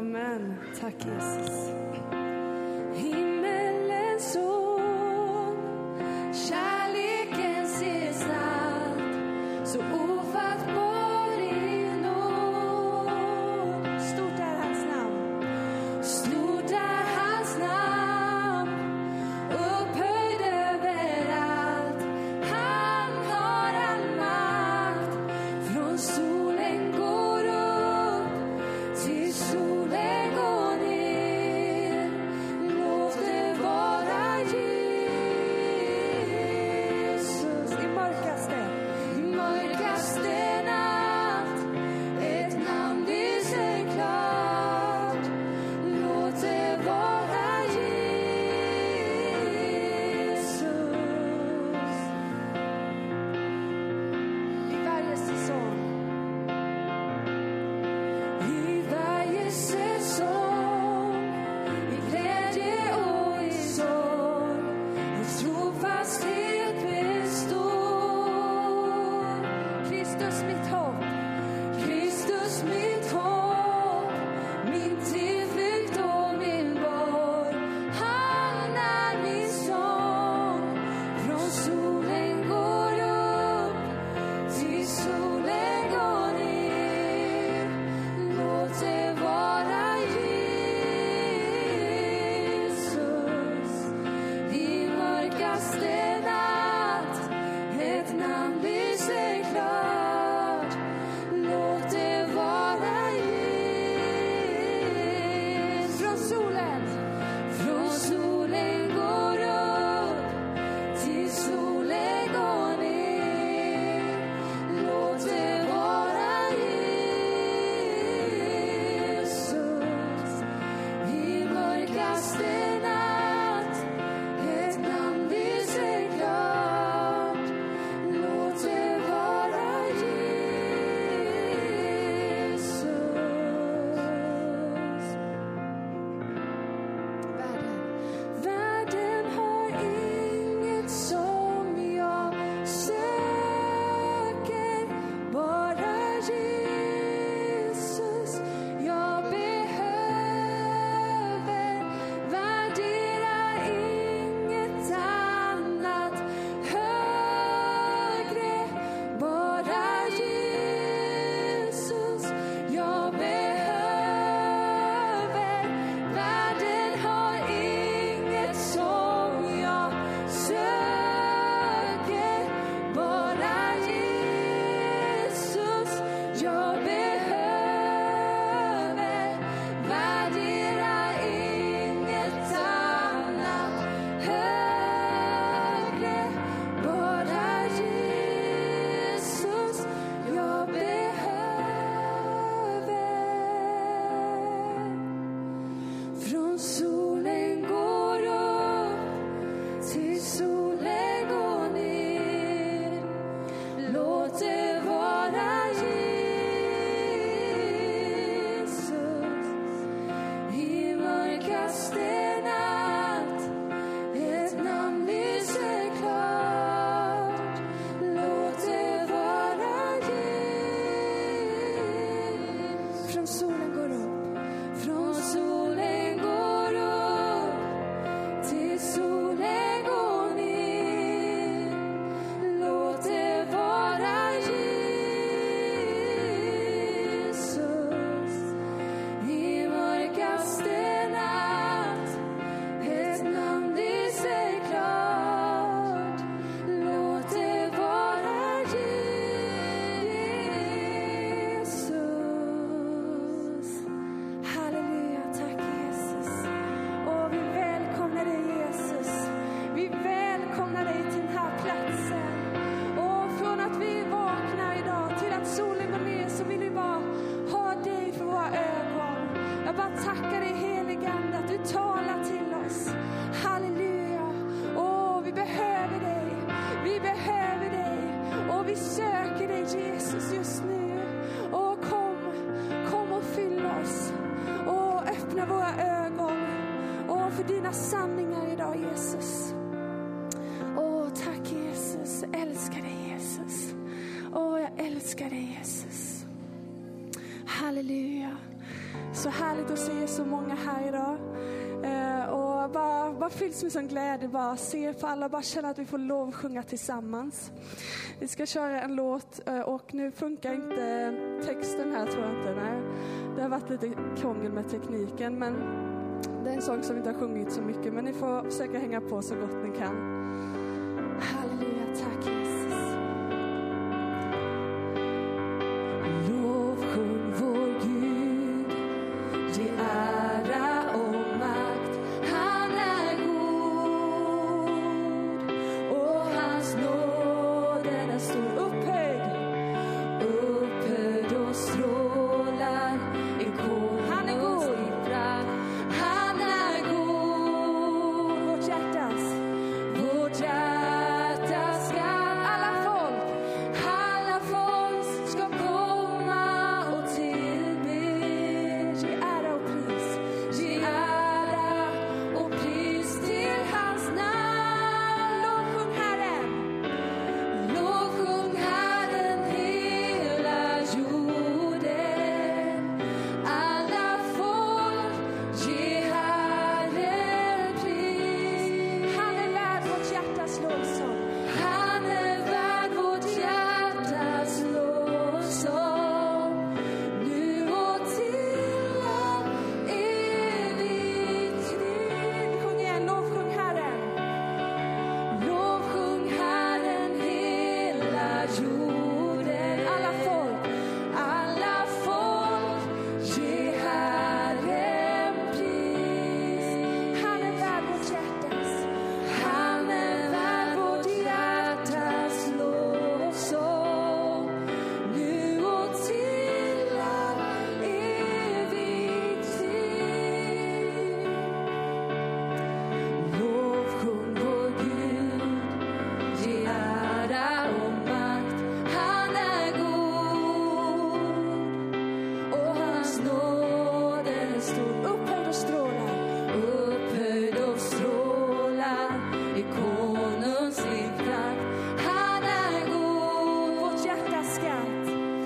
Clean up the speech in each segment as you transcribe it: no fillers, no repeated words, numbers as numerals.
Amen. Tack Jesus. Himmelens son, kärlekens gestalt, så ofattbar i nåd. Stort är hans namn. Stort är hans namn, upphöjd överallt. Han har all makt. Från solen går upp till solen går ner. Låt det vara Jesus. I mörkaste natt, ett namn lyser klart. Låt det vara Jesus. I varje säsong, i varje säsong, i glädje och i sorg, hans trofasthet består. Kristus mitt hopp, Kristus mitt hopp, min tillflykt och min borg. Han är min sång, från solen går upp till solen går ner. Låt det vara Jesus. I mörkaste natt, ett namn lyser klart. Låt det vara Jesus. Från solen går upp till solen går ner. Låt det vara Jesus. I mörkaste natt, ett namn lyser klart. Låt det vara Jesus. Världen har inget som jag söker, bara Jesus jag behöver. Värdera inget annat högre, bara Jesus jag behöver. Världen har inget som jag söker, bara Jesus jag behöver. Värdera inget annat högre, bara Jesus jag behöver. Från solen går upp till solen går ner. Låt det vara Jesus. I mörkaste natt, ett namn lyser klart. Låt det vara Jesus. Från solen går upp, från solen går upp till solen går ner. Låt det vara Jesus. I mörkaste natt, ett namn lyser klart. Låt det vara Jesus. Halleluja, tack Jesus. Och vi välkomnar dig Jesus. Vi välkomnar dig till den här platsen. Och från att vi vaknar idag till att solen går ner, så vill vi bara ha dig för våra ögon. Jag bara tackar dig helige Ande att du talar till oss. Halleluja. Åh, vi behöver dig. Vi behöver dig. Och vi söker dig Jesus just nu. Och kom och fyll oss. Och öppna våra ögon. Och för dina sanningar idag Jesus. Åh, tack Jesus. Jag älskar dig Jesus. Åh, jag älskar dig Jesus. Halleluja. Så härligt att se så många här idag. Och bara fylls med sån glädje. Bara se på alla, bara känna att vi får lov att sjunga tillsammans. Vi ska köra en låt och nu funkar inte texten här, tror jag inte. Nej. Det har varit lite krångel med tekniken, men det är en sång som vi inte har sjungit så mycket. Men ni får försöka hänga på så gott ni kan. Halleluja, tack Jesus. Lovsjung vår Gud, ge ära och makt. Han är god och hans nåd är stor. Upphöjd och strålar en konung. Han är god. Han är god. Vårt hjärtas ska alla folk ska komma och tillbe. Ge ära och pris. Ge ära och pris till hans namn. Lovsjung Herren. Lovsjung Herren hela jorden. Alla folk ge Herren pris. Han är värd vårt hjärtas lovsång. Han är värd vårt hjärtas lovsång. Nu och till all evig tid. Sjung igen, lovsjung Herren. Lovsjung Herren hela jorden. Alla folk ge Herren pris. Han är värd vårt hjärtas. Han är värd vårt hjärtas lovsång. Nu och till all evig tid. Lovsjung vår Gud, ge ära och makt. Han är god och hans nåd är stor. Upphöjd och strålar i konungslig prakt. Han är god, vårt hjärtas skatt.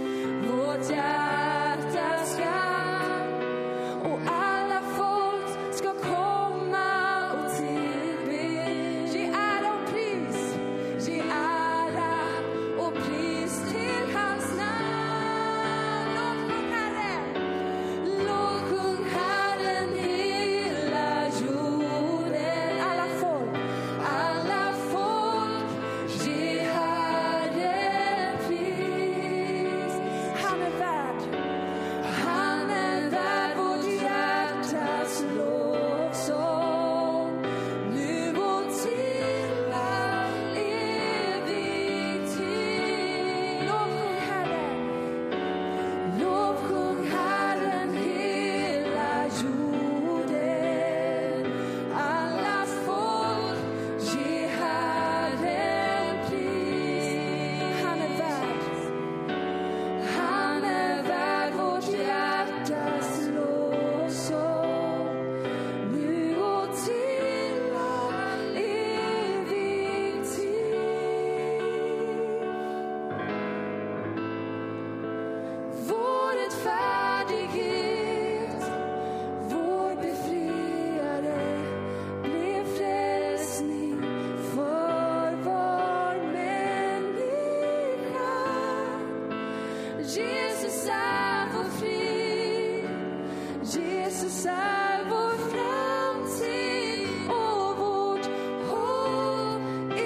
Och alla folk ska komma och tillbe. Ge ära och pris. Ge ära och pris till hans namn. Lovsjung Herren. Lovsjung Herren hela jorden. Alla folk ge Herren pris. Han är värd vårt hjärtas lovsång. Nu och till all evig tid. Lovsjung Herren. Lovsjung Herren hela jorden. Alla folk ge Herren pris. Han är värd vårt hjärtas lovsång. Nu och till all evig tid. Vår rättfärdighet, vår befriare, blev frälsning för var människa. Jesus är vår frid, Jesus är vår framtid och vårt hopp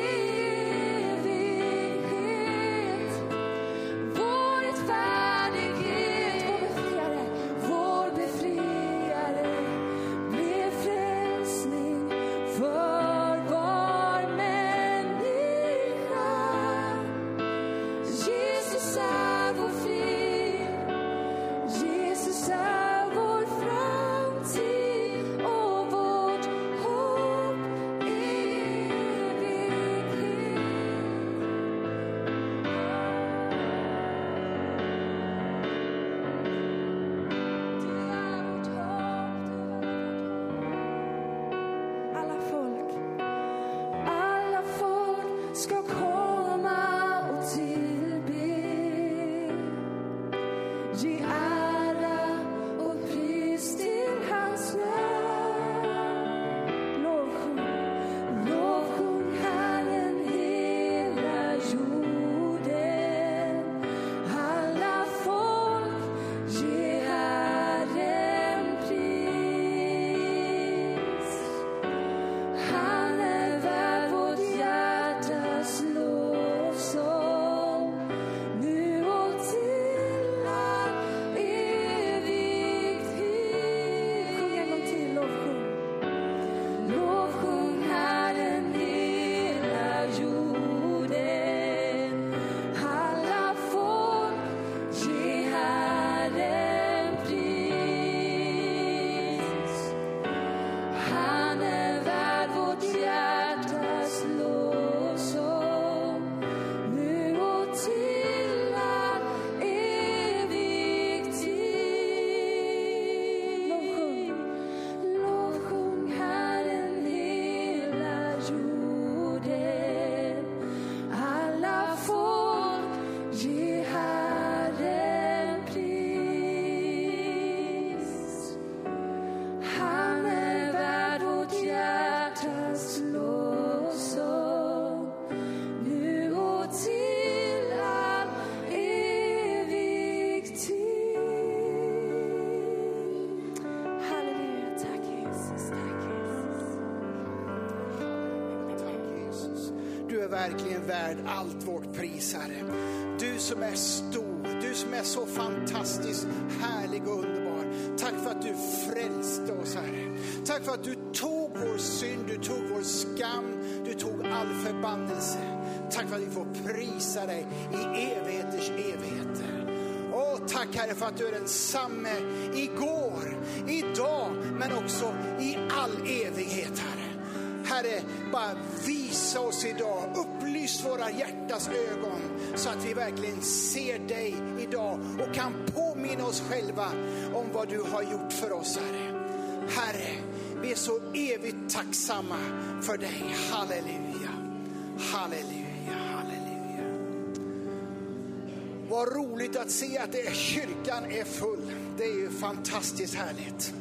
evighet. Vår rättfärdighet, vår befriare, blev frälsning för var människa. Jesus är vår frid, Jesus är vår framtid. verkligen värd allt vårt pris, Herre. Du som är stor, du som är så fantastiskt härlig och underbar. Tack för att du frälste oss, Herre. Tack för att du tog vår synd, du tog vår skam, du tog all förbannelse. Tack för att vi får prisa dig i evigheters evigheter. Tack, Herre, för att du är densamme igår, idag, men också i all evighet, Herre. Herre, bara visa oss idag, upplys våra hjärtas ögon så att vi verkligen ser dig idag och kan påminna oss själva om vad du har gjort för oss, Herre. Herre, vi är så evigt tacksamma för dig. Halleluja, halleluja, halleluja. Vad roligt att se att kyrkan är full. Det är ju fantastiskt härligt.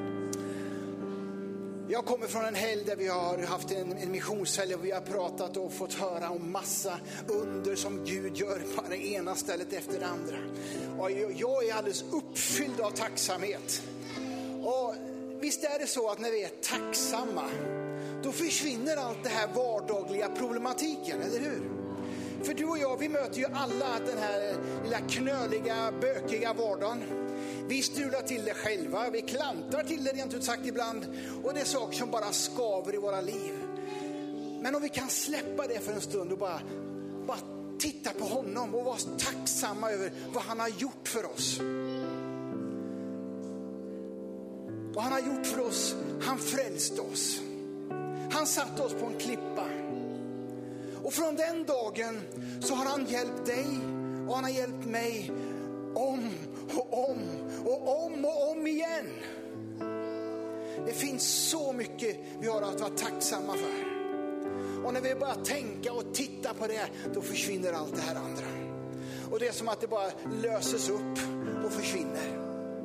Jag kommer från en helg där vi har haft en missionshelg och vi har pratat och fått höra om massa under som Gud gör på det ena stället efter det andra. Och jag är alldeles uppfylld av tacksamhet. Och visst är det så att när vi är tacksamma, då försvinner allt det här vardagliga problematiken, eller hur? För du och jag, vi möter ju alla den här lilla knöliga, bökiga vardagen. Vi strular till det själva, vi klantar till det rent ut sagt ibland. Och det är saker som bara skaver i våra liv. Men om vi kan släppa det för en stund och bara titta på honom och vara tacksamma över vad han har gjort för oss. Vad han har gjort för oss, han frälste oss. Han satte oss på en klippa. Och från den dagen så har han hjälpt dig och han har hjälpt mig om och om och om och om igen. Det finns så mycket vi har att vara tacksamma för. Och när vi bara tänka och titta på det, då försvinner allt det här andra. Och det är som att det bara löses upp och försvinner.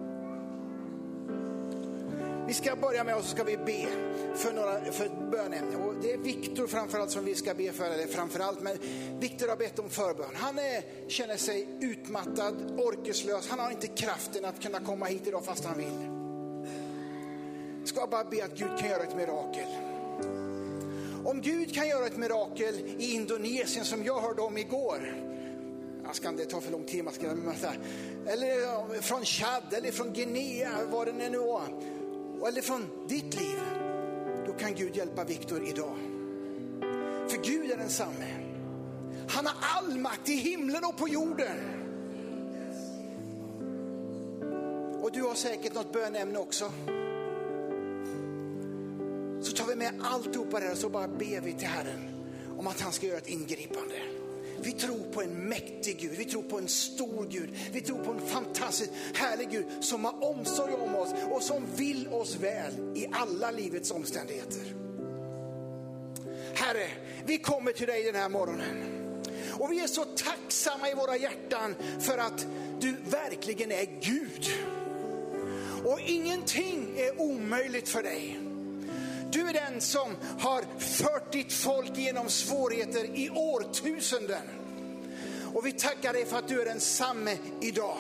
Vi ska börja med och så ska vi be för ett bönämne. Och det är Viktor framförallt som vi ska be för, eller framförallt, men Viktor har bett om förbön. Han känner sig utmattad, orkeslös. Han har inte kraften att kunna komma hit idag fast han vill. Ska bara be att Gud kan göra ett mirakel. Om Gud kan göra ett mirakel i Indonesien som jag hörde om igår. Jag ska inte ta för lång tid, eller från Chad eller från Guinea, vad det nu var. Eller från ditt liv, då kan Gud hjälpa Viktor idag. För Gud är densamme. Han har all makt i himlen och på jorden. Och du har säkert något bönämne också. Så tar vi med alltihopa där och så bara ber vi till Herren om att han ska göra ett ingripande. Vi tror på en mäktig Gud, vi tror på en stor Gud, vi tror på en fantastisk härlig Gud som har omsorg om oss och som vill oss väl i alla livets omständigheter. Herre, vi kommer till dig den här morgonen och vi är så tacksamma i våra hjärtan för att du verkligen är Gud. Och ingenting är omöjligt för dig. Du är den som har fört ditt folk genom svårigheter i årtusenden. Och vi tackar dig för att du är densamme idag.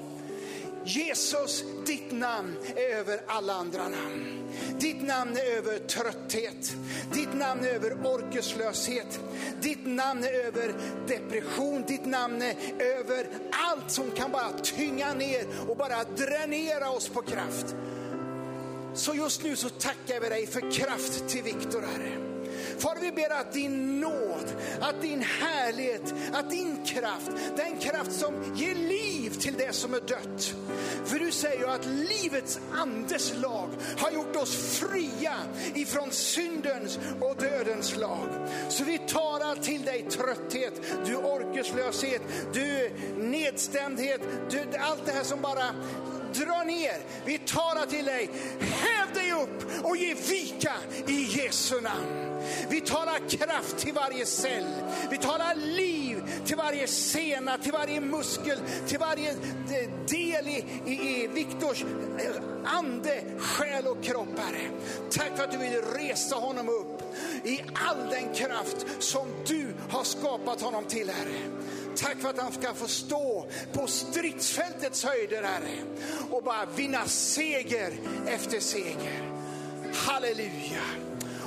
Jesus, ditt namn är över alla andra namn. Ditt namn är över trötthet. Ditt namn är över orkeslöshet. Ditt namn är över depression. Ditt namn är över allt som kan bara tynga ner och bara dränera oss på kraft. Så just nu så tackar vi dig för kraft till Viktor, Herre. Far, vi ber att din nåd, att din härlighet, att din kraft, den kraft som ger liv till det som är dött. För du säger ju att livets andes lag har gjort oss fria ifrån syndens och dödens lag. Så vi talar till dig trötthet, du orkeslöshet, du nedstämdhet, du allt det här som bara dra ner. Vi talar till dig, häv dig upp och ge vika i Jesu namn. Vi talar kraft till varje cell. Vi talar liv till varje sena, till varje muskel, till varje del i Viktors ande, själ och kropp, Herre. Tack för att du vill resa honom upp i all den kraft som du har skapat honom till, Herre. Tack för att han ska få stå på stridsfältets höjder, Herre, och bara vinna seger efter seger. Halleluja.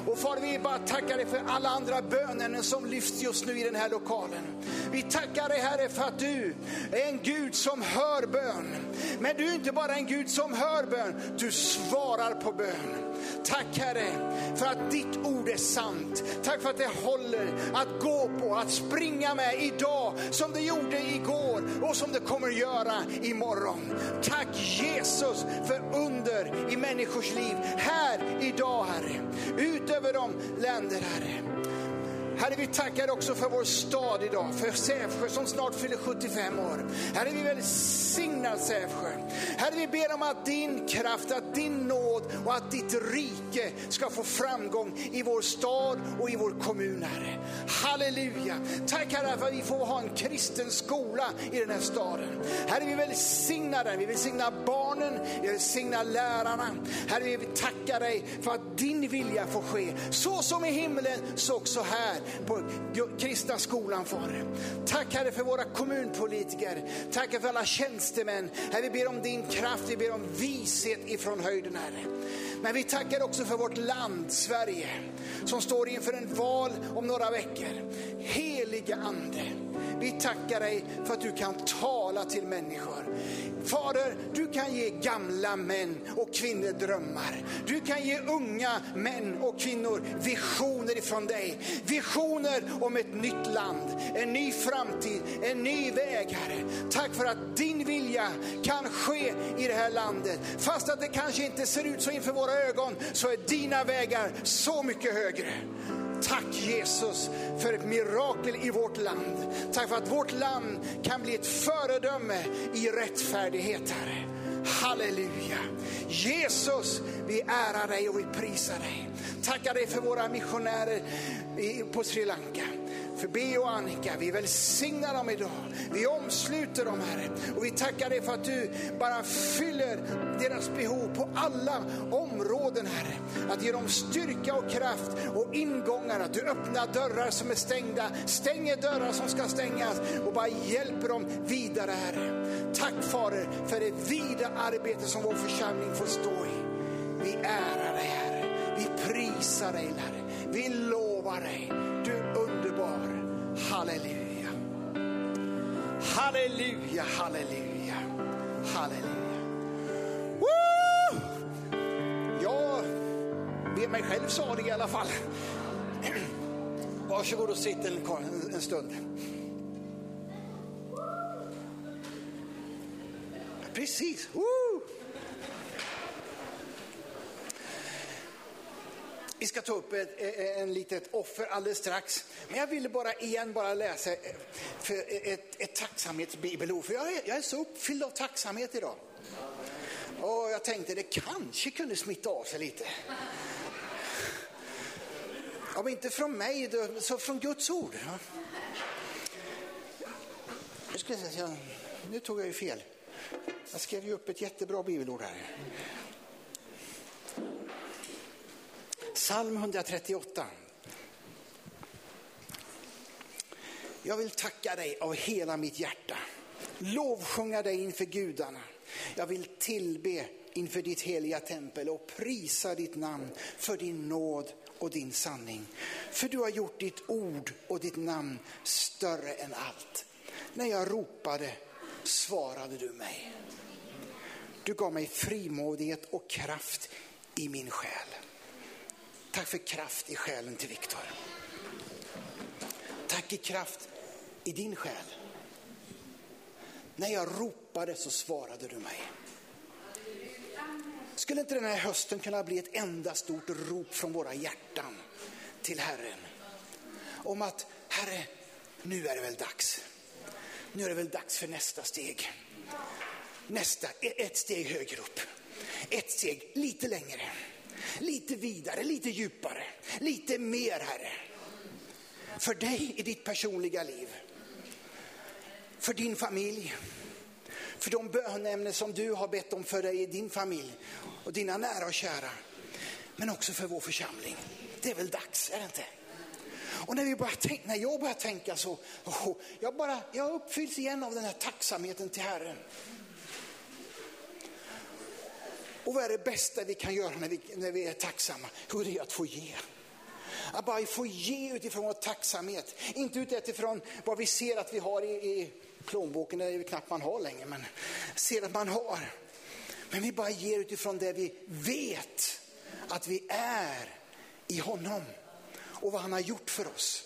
Och far, vi bara tackar dig för alla andra bönen som lyfts just nu i den här lokalen. Vi tackar dig, Herre, för att du är en Gud som hör bön. Men du är inte bara en Gud som hör bön, du svarar på bön. Tack, Herre, för att ditt ord är sant. Tack för att det håller att gå på, att springa med idag som det gjorde igår och som det kommer göra imorgon. Tack Jesus för under i människors liv här idag, Herre. Ut över de länder, Herre. Herre, vi tackar också för vår stad idag, för Sävsjö som snart fyller 75 år. Herre, vi välsignar Sävsjö. Herre, vi ber om att din kraft, att din nåd och att ditt rike ska få framgång i vår stad och i vår kommun, Herre. Halleluja. Tack, Herre, för att vi får ha en kristen skola i den här staden. Herre, vi välsignar den, vi välsignar barnen, vi välsignar lärarna. Herre, vi tackar dig för att din vilja får ske, så som i himlen, så också här på kristna skolan, Far. Tack, Herre, för våra kommunpolitiker. Tack för alla tjänstemän. Herre, vi ber om din kraft, vi ber om vishet ifrån höjden, Herre. Men vi tackar också för vårt land, Sverige, som står inför en val om några veckor. Heliga Ande, vi tackar dig för att du kan tala till människor. Fader, du kan ge gamla män och kvinnor drömmar. Du kan ge unga män och kvinnor visioner ifrån dig. Visioner om ett nytt land, en ny framtid, en ny väg, Herre. Tack för att din vilja kan ske i det här landet. Fast att det kanske inte ser ut så inför våra ögon, så är dina vägar så mycket högre. Tack Jesus för ett mirakel i vårt land. Tack för att vårt land kan bli ett föredöme i rättfärdighet, Herre. Halleluja. Jesus, vi ärar dig och vi prisar dig. Tackar dig för våra missionärer på Sri Lanka. För Bea och Annika, vi välsignar dem idag. Vi omsluter dem, Herre. Och vi tackar dig för att du bara fyller deras behov på alla områden, Herre. Att ge dem styrka och kraft och ingångar. Att du öppnar dörrar som är stängda, stänger dörrar som ska stängas och bara hjälper dem vidare, Herre. Tack, Fader, för det vida arbete som vår församling får stå i. Vi ärar dig, Herre. Vi prisar dig, Herre. Vi lovar dig. Du är underbar. Halleluja. Halleluja, halleluja, halleluja. Woo! Jag ber mig själv salig i alla fall. Varsågod och sitt en stund. Precis. Woo! Vi ska ta upp en litet offer alldeles strax. Men jag ville bara läsa för ett tacksamhetsbibelord. För jag är så uppfylld av tacksamhet idag. Och jag tänkte det kanske kunde smitta av sig lite. Om inte från mig, så från Guds ord. Nu tog jag ju fel. Jag skrev ju upp ett jättebra bibelord här. Psalm 138. Jag vill tacka dig av hela mitt hjärta. Lovsjunga dig inför gudarna. Jag vill tillbe inför ditt heliga tempel och prisa ditt namn för din nåd och din sanning. För du har gjort ditt ord och ditt namn större än allt. När jag ropade svarade du mig. Du gav mig frimodighet och kraft i min själ. Tack för kraft i själen till Viktor. Tack i kraft i din själ. När jag ropade så svarade du mig. Skulle inte den här hösten kunna bli ett enda stort rop från våra hjärtan till Herren? Om att, Herre, nu är det väl dags. Nu är det väl dags för nästa steg. Ett steg högre upp. Ett steg lite längre. Lite vidare, lite djupare. Lite mer, Herre. För dig i ditt personliga liv. För din familj. För de bönämnen som du har bett om för dig i din familj. Och dina nära och kära. Men också för vår församling. Det är väl dags, är det inte? Och när jag börjar tänka så. Jag uppfylls igen av den här tacksamheten till Herren. Och vad är det bästa vi kan göra när vi är tacksamma? Jo, det är att få ge. Att bara få ge utifrån vår tacksamhet. Inte utifrån vad vi ser att vi har i plånboken. Det är ju knappt man har längre, men ser att man har. Men vi bara ger utifrån det vi vet att vi är i honom. Och vad han har gjort för oss.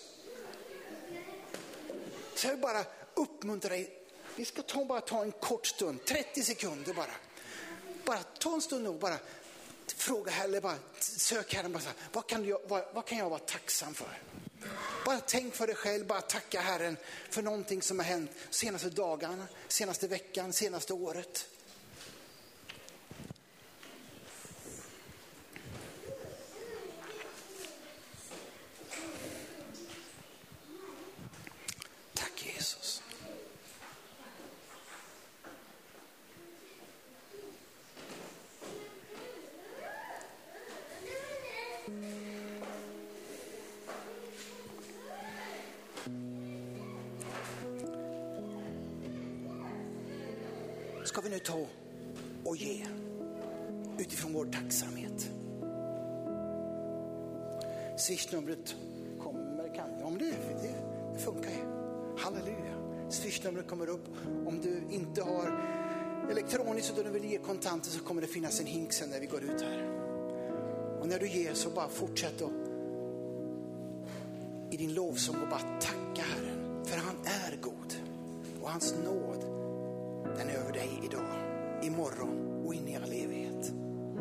Så jag vill bara uppmuntra dig. Vi ska bara ta en kort stund, 30 sekunder bara. Bara ta en stund och bara fråga Herren, bara sök Herren. Bara, vad kan jag vara tacksam för? Bara tänk för dig själv, bara tacka Herren för någonting som har hänt senaste dagarna, senaste veckan, senaste året. Tack Jesus. Ska vi nu ta och ge utifrån vår tacksamhet. Swishnumret kommer, om det funkar ju. Halleluja. Swishnumret kommer upp. Om du inte har elektroniskt och du vill ge kontanter så kommer det finnas en hink sen när vi går ut här. Och när du ger så bara fortsätt då i din lovsång och bara tacka Herren. För han är god. Och hans nåd, den är över dig idag, imorgon och in i all evighet.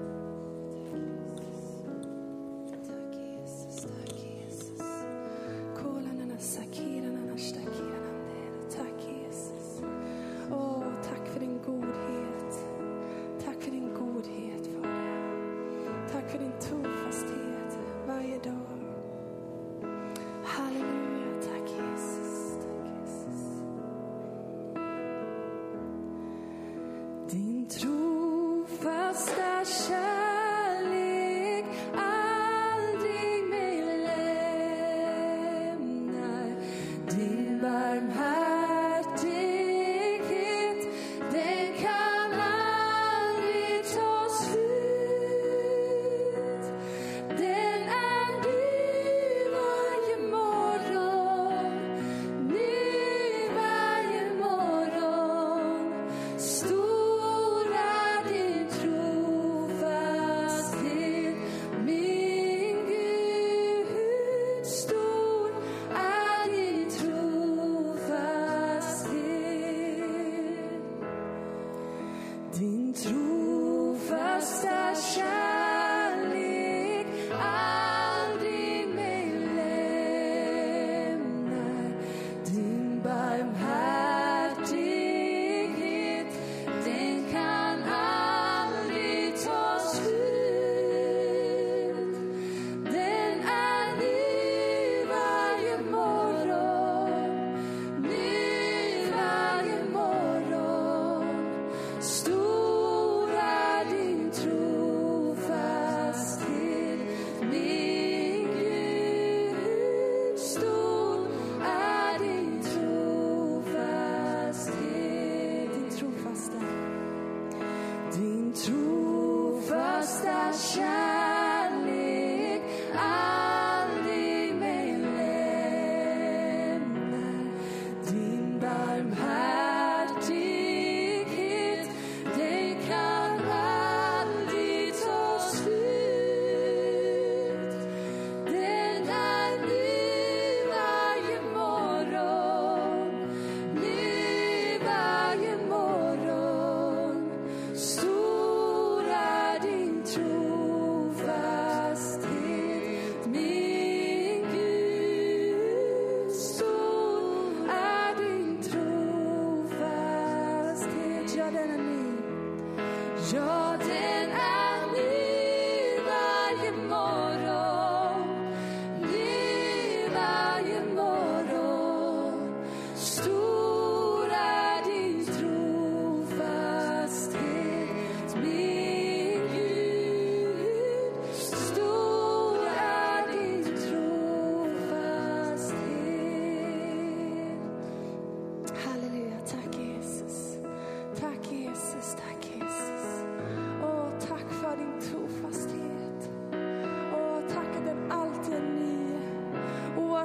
Tack Jesus, tack Jesus. Kolanana sakiranana stakiranande. Tack Jesus. Tack för din godhet. Tack för din godhet, Fader. Tack för din trofasthet varje dag. Halleluja, tack Jesus. Tack Jesus. Din trofasta kärlek aldrig mig lämnar. Din barmhärtighet, den kan aldrig ta slut. Den är ny varje morgon, ny varje morgon. Stor är din trofasthet, min Gud. Stor är din trofasthet. Din trofasta kärlek aldrig mig lämnar. Din barmhärtighet, den kan aldrig ta slut. Den är ny varje morgon, ny varje morgon. Stor är din trofasthet, min Gud. Stor är din trofasthet, din trofasta kärlek aldrig mig lämnar. Din barmhärtighet, den kan aldrig ta slut. Den är ny varje morgon, ny varje morgon. Stor är din trofasthet.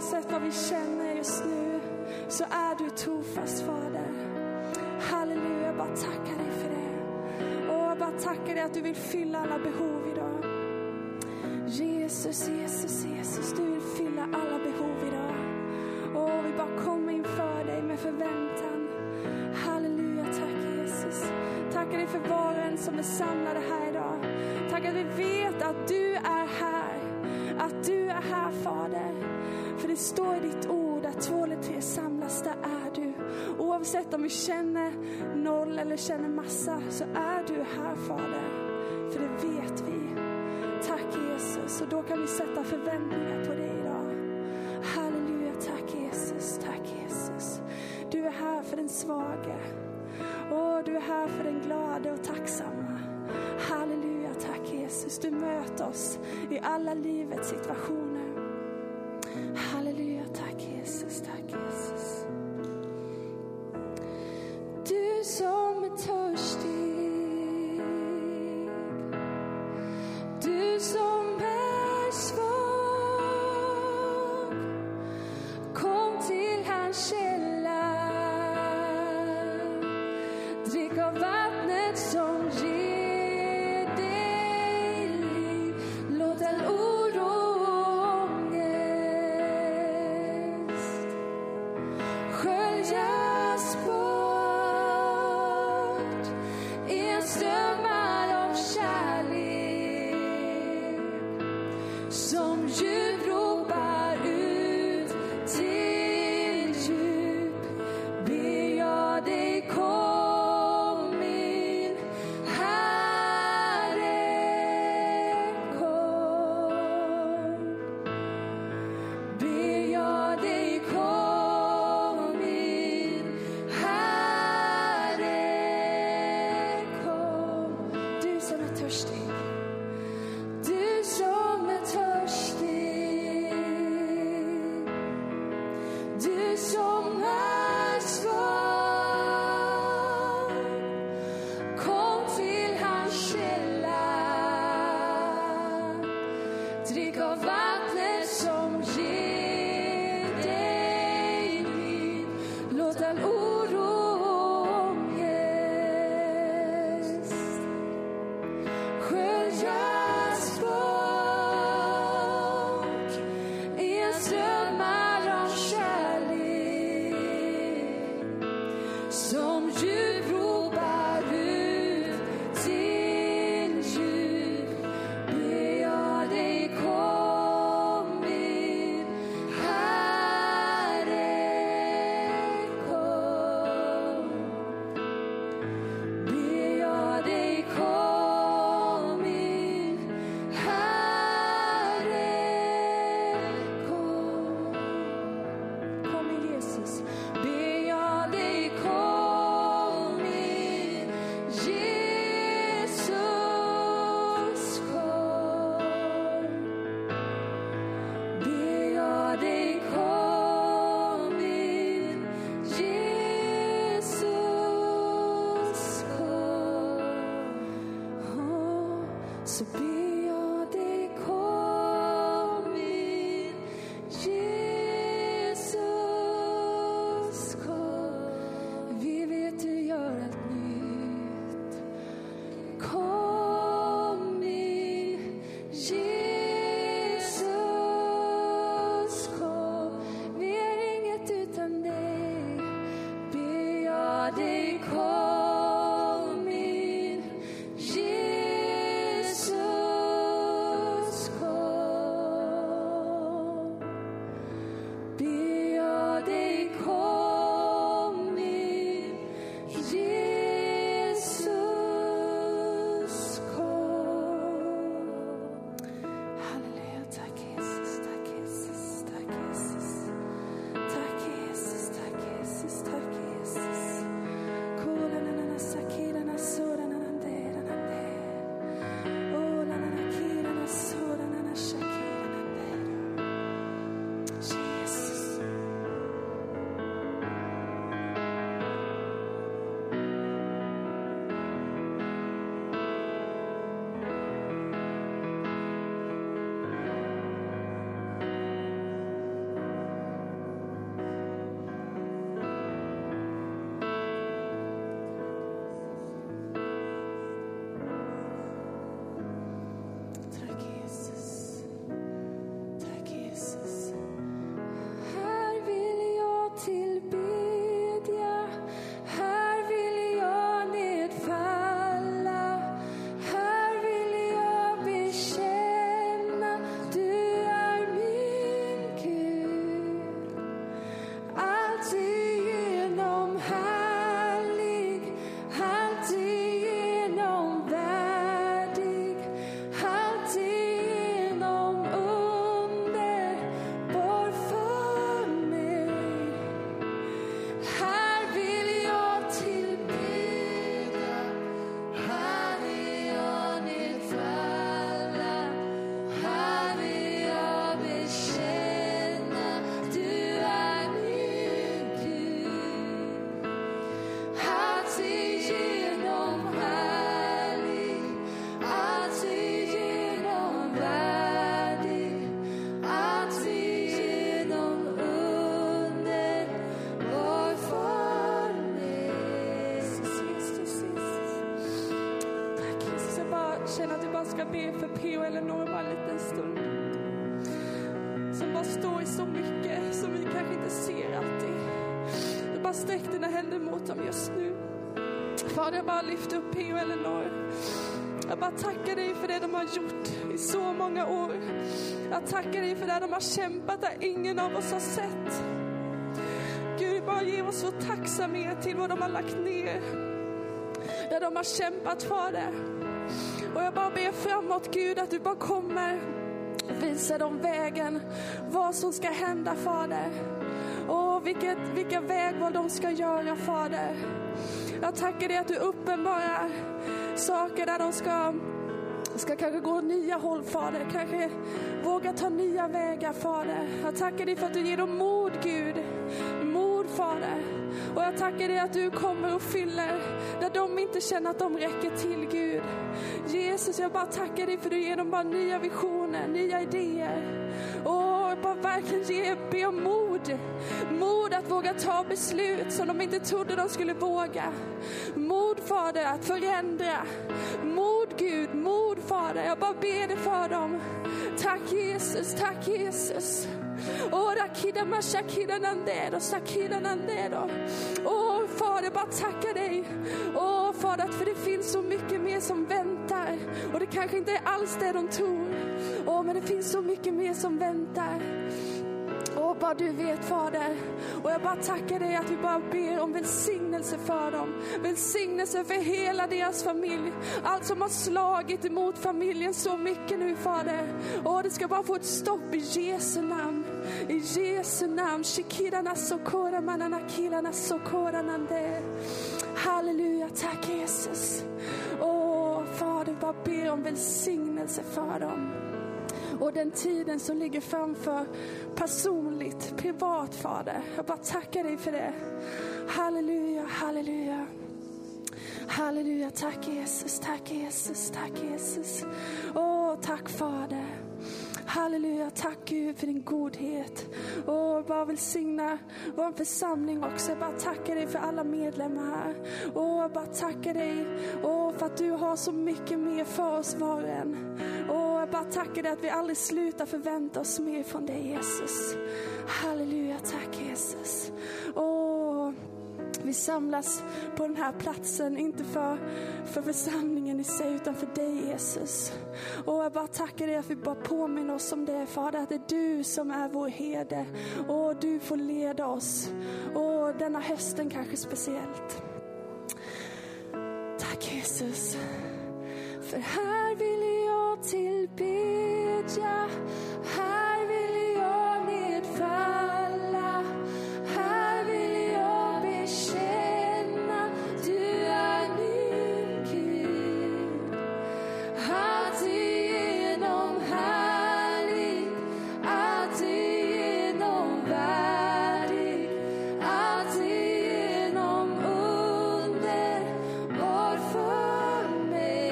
oavsett vad vi känner just nu så är du trofast, Fader. Halleluja, jag bara tackar dig för det. Och jag bara tackar dig att du vill fylla alla behov idag. Jesus, Jesus, Jesus, du vill fylla alla behov idag. Och vi bara kommer inför dig med förväntan. Halleluja, tack Jesus. Tackar dig för var och en som är samlade här idag. Tack att vi vet att du är här. Att du är här, Fader. För det står i ditt ord att 2 eller 3 samlas, där är du. Oavsett om vi känner 0 eller känner massa, så är du här, Fader. För det vet vi. Tack Jesus. Och då kan vi sätta förväntningar på dig idag. Halleluja, tack Jesus, tack Jesus. Du är här för den svage. Och du är här för den glada och tacksamma. Halleluja, tack Jesus. Du möter oss i alla livets situationer. Halleluja, tack Jesus, tack Jesus. Du som är törstig, du som är svag, kom till hans källa, drick av vattnet som ger dig liv. Låt all oro och ångest sköljas bort i en strömmar av kärlek som djup ropar ut till djup. Ber jag dig, kom in, Herre, kom. Ber jag dig, kom in, Herre, kom. Du som är törstig, du som är törstig, du som är svag, kom till hans källa, drick av vattnet som ger dig liv. Låt all oro och ångest sköljas bort i en strömmar av kärlek som djup ropar ut till djup. Ber jag dig, kom in, Herre, kom. Ber jag dig, kom in, Herre, kom. Kom in Jesus. Ber jag dig, kom in, Jesus, kom. Ber jag dig, kom in, Jesus, kom. Så ber jag dig, kom in, Jesus, kom. Vi vet du gör allt nytt. Kom in, Jesus, kom. Vi är inget utan dig. Ber jag dig, kom in, Jesus, bara be för P.O. Eleanor bara en liten stund. Som bara står i så mycket som vi kanske inte ser alltid. Du bara sträck dina händer mot dem just nu. Fader, jag bara lyfter upp P.O. Eleanor. Jag bara tackar dig för det de har gjort i så många år. Jag tackar dig för det de har kämpat där ingen av oss har sett. Gud, bara ge oss så tacksamhet till vad de har lagt ner. Där de har kämpat för det. Och jag bara ber framåt, Gud, att du bara kommer visa dem vägen. Vad som ska hända, Fader. Och vilka vägval de ska göra, Fader. Jag tackar dig att du uppenbarar saker där de ska kanske gå nya håll, Fader. Kanske våga ta nya vägar, Fader. Jag tackar dig för att du ger dem mod, Gud. Mod, Fader. Och jag tackar dig att du kommer och fyller där de inte känner att de räcker till, Gud. Jesus, jag bara tackar dig för att du ger dem bara nya visioner, nya idéer. Och bara verkligen be om mod. Mod att våga ta beslut som de inte trodde de skulle våga. Mod, Fader, att förändra. Mod, Gud, mod, Fader. Jag bara ber det för dem. Tack Jesus, tack Jesus. Rakida mashakida nandero, sakida nandero. Fader, bara tacka dig. Fader, för det finns så mycket mer som väntar. Och det kanske inte är alls det de tror. Men det finns så mycket mer som väntar. Bara du vet, Fader. Och jag bara tackar dig att vi bara ber om välsignelse för dem. Välsignelse för hela deras familj. Allt som har slagit emot familjen så mycket nu, Fader. Det ska bara få ett stopp i Jesu namn. I Jesu namn. Shikirana sokora manana kilana sokora nande. Halleluja, tack Jesus. Fader, bara ber om välsignelse för dem. Och den tiden som ligger framför personligt, privat, Fader. Jag bara tackar dig för det. Halleluja, halleluja. Halleluja, tack Jesus, tack Jesus, tack Jesus. Tack Fader. Halleluja, tack Gud för din godhet. Bara välsigna vår församling också. Jag bara tackar dig för alla medlemmar här. Jag bara tackar dig för att du har så mycket mer för oss var och en. Jag bara tackar dig att vi aldrig slutar förvänta oss mer från dig, Jesus. Halleluja, tack Jesus. Vi samlas på den här platsen, inte för församlingen i sig, utan för dig, Jesus. Jag bara tackar dig att vi bara påminner oss om det, Fader, att det är du som är vår herde. Och du får leda oss. Och denna hösten kanske speciellt. Tack Jesus. För här vill jag tillbedja. Här vill jag nedfalla. Här vill jag bekänna. Du är min Gud. Alltigenom härlig. Alltigenom värdig. Alltigenom underbar för mig.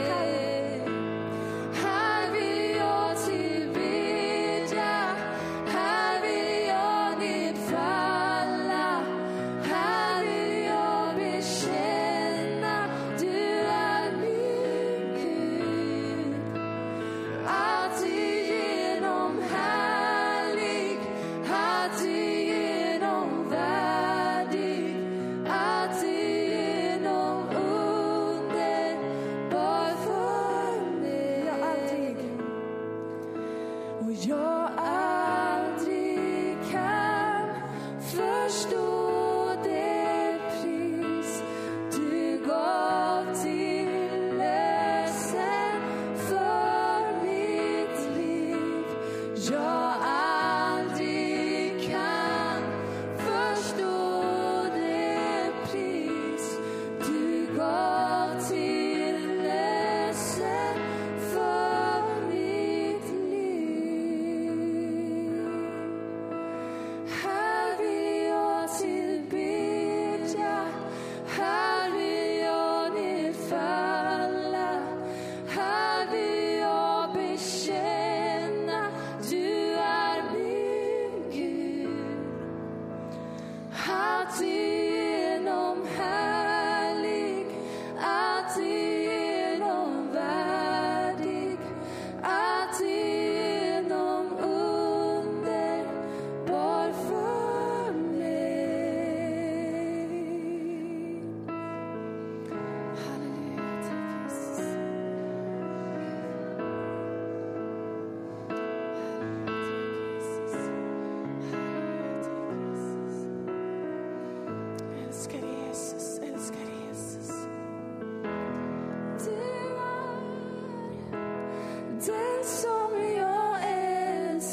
Här vill jag tillbedja. Här vill jag nedfalla. Här vill jag bekänna. Du är min Gud. Alltigenom härlig. Alltigenom värdig. Alltigenom underbar för mig. Och jag aldrig kan förstå det pris du gav till lösen för mitt liv. Jag aldrig kan förstå det pris du gav till lösen för mitt liv.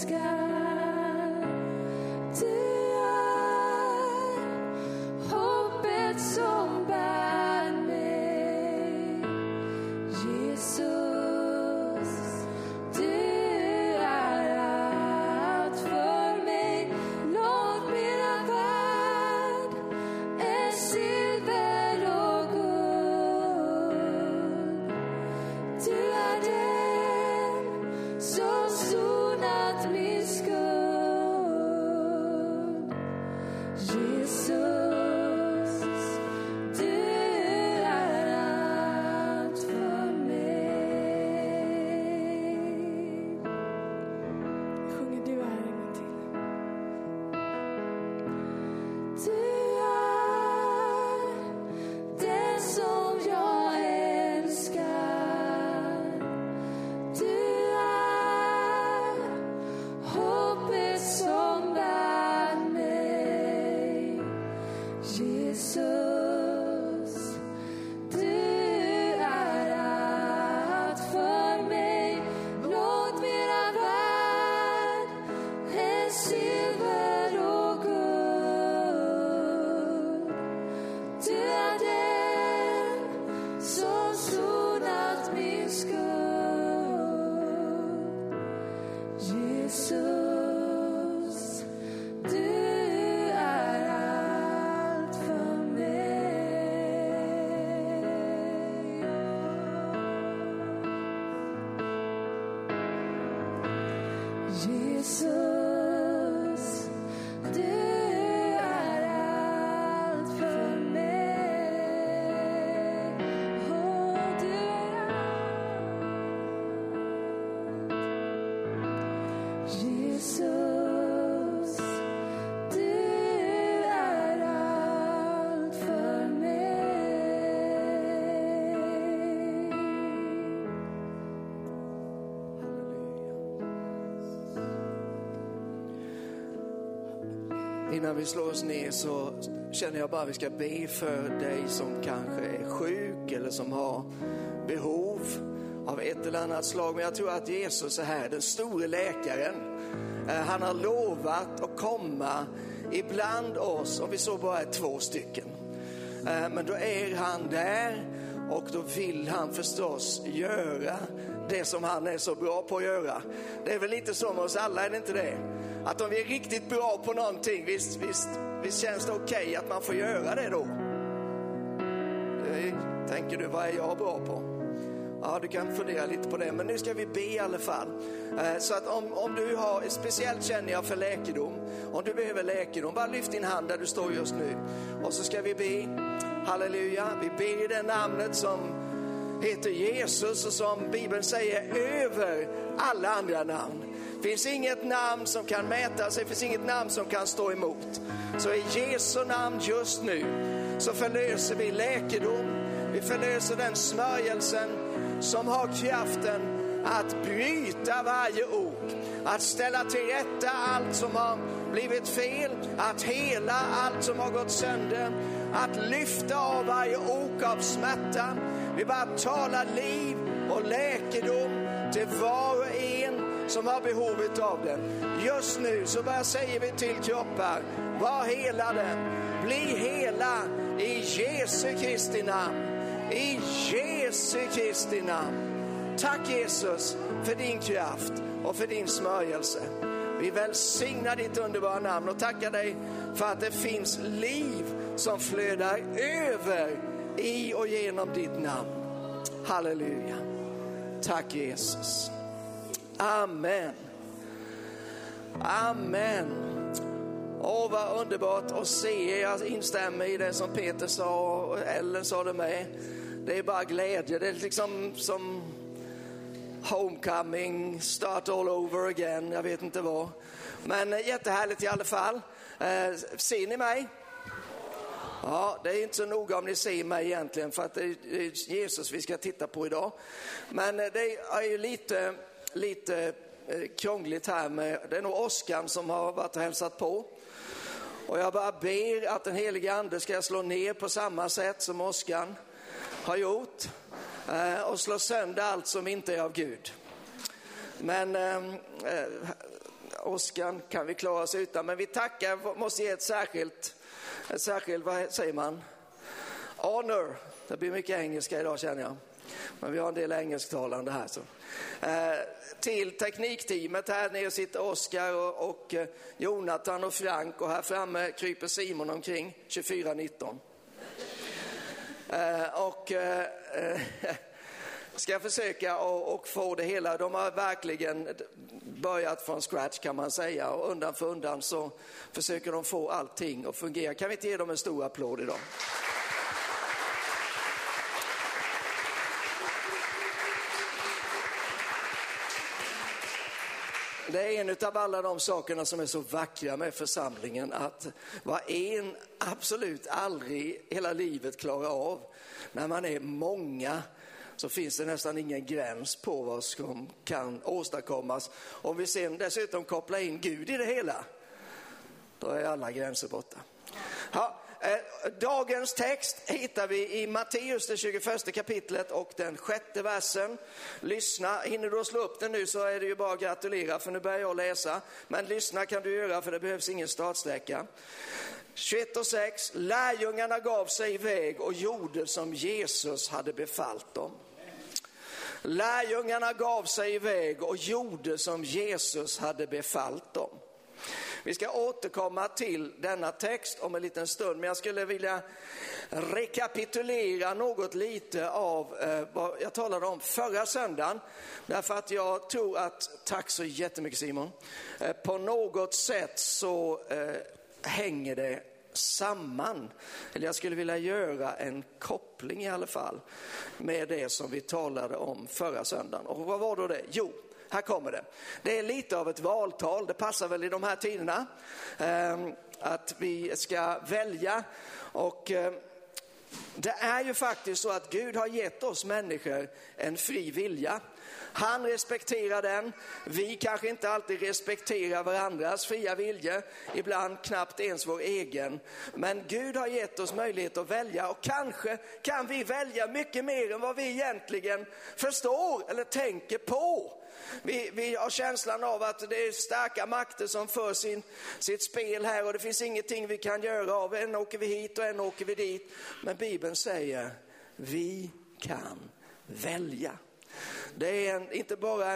Innan vi slår oss ner så känner jag bara att vi ska be för dig som kanske är sjuk eller som har behov av ett eller annat slag. Men jag tror att Jesus är här, den store läkaren. Han har lovat att komma ibland oss, om vi så bara är 2 stycken. Men då är han där och då vill han förstås göra det som han är så bra på att göra. Det är väl lite som oss alla, är det inte det? Att om vi är riktigt bra på någonting, visst känns det okej att man får göra det då. Tänker du, vad är jag bra på? Ja, du kan fundera lite på det. Men nu ska vi be i alla fall. Så att om du har, speciellt känner jag för läkedom. Om du behöver läkedom, bara lyft din hand där du står just nu. Och så ska vi be, halleluja. Vi ber i det namnet som heter Jesus och som Bibeln säger över alla andra namn. Det finns inget namn som kan mäta sig, det finns inget namn som kan stå emot. Så i Jesu namn just nu så förlöser vi läkedom. Vi förlöser den smörjelsen som har kraften att bryta varje ok. Att ställa till rätta allt som har blivit fel. Att hela allt som har gått sönder. Att lyfta av varje ok av smärta. Vi bara talar liv och läkedom till var och en som har behovet av den. Just nu så bara säger vi till kroppar, var helade, bli hela i Jesu Kristi namn. I Jesu Kristi namn. Tack Jesus för din kraft och för din smörjelse. Vi välsignar ditt underbara namn och tackar dig för att det finns liv som flödar över i och genom ditt namn. Halleluja. Tack Jesus. Amen. Amen. Åh, vad underbart att se. Jag instämmer i det som Peter sa och Ellen sa det med. Det är bara glädje. Det är liksom som homecoming, start all over again. Jag vet inte vad. Men jättehärligt i alla fall. Ser ni mig? Ja, det är inte så noga om ni ser mig egentligen, för att det är Jesus vi ska titta på idag. Men det är ju lite krångligt här med, det är nog Oskar som har varit och hälsat på. Och jag bara ber att den helige ande ska slå ner på samma sätt som Oskar har gjort. Och slå sönder allt som inte är av Gud. Men Oskar kan vi klara oss utan, men vi tackar, måste ge ett särskilt, vad säger man? Honor. Det blir mycket engelska idag känner jag. Men vi har en del engelsktalande här. Så. Till teknikteamet här nere sitter Oskar och Jonathan och Frank, och här framme kryper Simon omkring 2419. Ska försöka och få det hela. De har verkligen börjat från scratch kan man säga, och undan för undan så försöker de få allting att fungera. Kan vi inte ge dem en stor applåd idag? Det är en av alla de sakerna som är så vackra med församlingen, att vad en absolut aldrig hela livet klarar av. När man är många så finns det nästan ingen gräns på vad som kan åstadkommas. Om vi sen dessutom kopplar in Gud i det hela, då är alla gränser borta. Ja, dagens text hittar vi i Matteus, det 21 kapitlet och den 6:e versen. Lyssna, hinner du slå upp den nu så är det ju bara att gratulera, för nu börjar jag läsa. Men lyssna kan du göra, för det behövs ingen startsträcka. 21:6. Lärjungarna gav sig iväg och gjorde som Jesus hade befallt dem. Lärjungarna gav sig iväg och gjorde som Jesus hade befallt dem. Vi ska återkomma till denna text om en liten stund, men jag skulle vilja rekapitulera något lite av vad jag talade om förra söndagen. Därför att jag tror att, tack så jättemycket Simon, på något sätt så hänger det samman. Eller jag skulle vilja göra en koppling i alla fall med det som vi talade om förra söndagen. Och vad var då det? Jo, här kommer det. Det är lite av ett valtal, det passar väl i de här tiderna att vi ska välja. Och det är ju faktiskt så att Gud har gett oss människor en fri vilja. Han respekterar den. Vi kanske inte alltid respekterar varandras fria vilja, ibland knappt ens vår egen. Men Gud har gett oss möjlighet att välja, och kanske kan vi välja mycket mer än vad vi egentligen förstår eller tänker på. Vi har känslan av att det är starka makter som för sitt spel här, och det finns ingenting vi kan göra av. En åker vi hit och en åker vi dit. Men Bibeln säger vi kan välja. Det är inte bara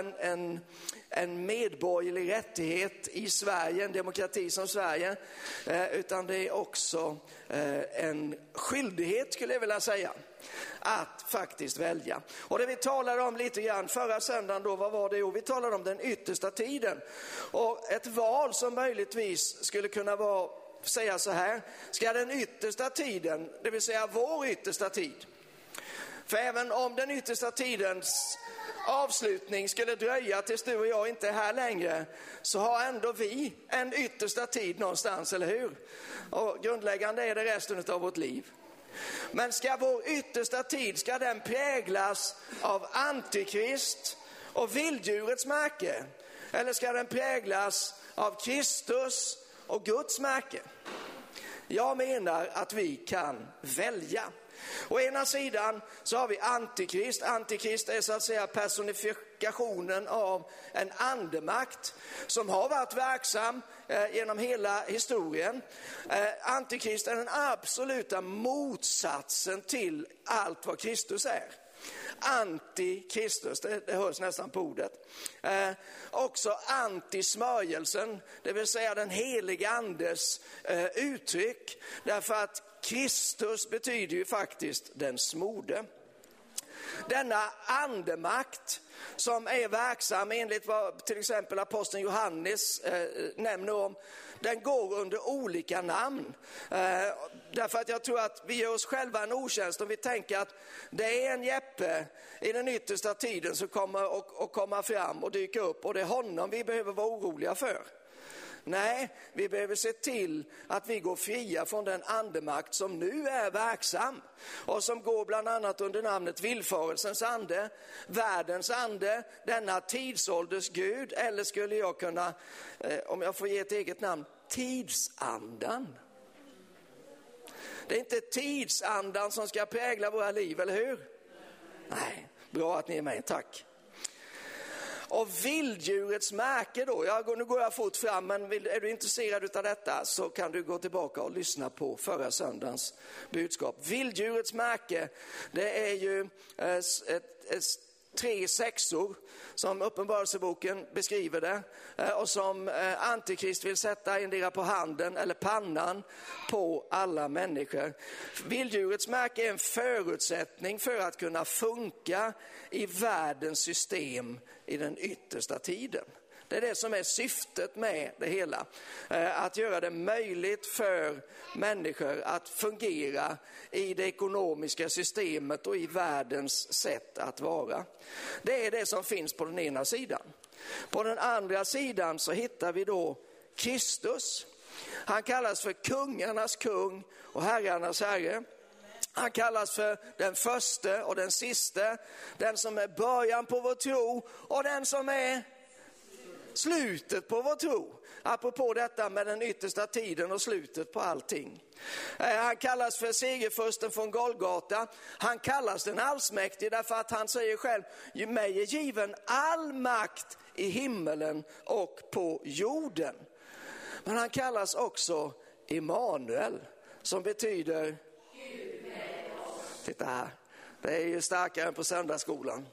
en medborgerlig rättighet i Sverige, en demokrati som Sverige, utan det är också en skyldighet, skulle jag vilja säga, att faktiskt välja. Och det vi talade om lite grann förra söndagen då, vad var det? Jo, vi talade om den yttersta tiden. Och ett val som möjligtvis skulle kunna säga så här: ska den yttersta tiden, det vill säga vår yttersta tid, för även om den yttersta tidens avslutning skulle dröja tills du och jag inte är här längre, så har ändå vi en yttersta tid någonstans, eller hur? Och grundläggande är det resten av vårt liv. Men ska vår yttersta tid, ska den präglas av antikrist och vilddjurets märke? Eller ska den präglas av Kristus och Guds märke? Jag menar att vi kan välja. Å ena sidan så har vi antikrist. Antikrist är så att säga personifikationen av en andemakt som har varit verksam genom hela historien. Antikrist är den absoluta motsatsen till allt vad Kristus är. Antikristus, det hörs nästan på ordet. Också antismörjelsen, det vill säga den heliga andes uttryck, därför att Kristus betyder ju faktiskt den smorde. Denna andemakt som är verksam enligt vad till exempel aposteln Johannes nämner om, den går under olika namn. Därför att jag tror att vi gör oss själva en otjänst om vi tänker att det är en Jeppe i den yttersta tiden som kommer att komma fram och dyka upp, och det är honom vi behöver vara oroliga för. Nej, vi behöver se till att vi går fria från den andemakt som nu är verksam och som går bland annat under namnet villfarelsens ande, världens ande, denna tidsålders Gud, eller skulle jag kunna, om jag får ge ett eget namn, tidsandan. Det är inte tidsandan som ska prägla våra liv, eller hur? Nej, bra att ni är med, tack. Och vilddjurets märke då, nu går jag fort fram, men är du intresserad av detta så kan du gå tillbaka och lyssna på förra söndagens budskap. Vilddjurets märke, det är ju 3 sexor som Uppenbarelseboken beskriver det, och som Antikrist vill sätta endera på handen eller pannan på alla människor. Vilddjurets märke är en förutsättning för att kunna funka i världens system i den yttersta tiden. Det är det som är syftet med det hela. Att göra det möjligt för människor att fungera i det ekonomiska systemet och i världens sätt att vara. Det är det som finns på den ena sidan. På den andra sidan så hittar vi då Kristus. Han kallas för kungarnas kung och herrarnas herre. Han kallas för den första och den sista, den som är början på vår tro och den som är slutet på vår tro. Apropå detta med den yttersta tiden och slutet på allting. Han kallas för segerfursten från Golgata. Han kallas den allsmäktige därför att han säger själv: mig är given all makt i himmelen och på jorden. Men han kallas också Immanuel, som betyder, titta här, det är ju starkare än på söndagsskolan.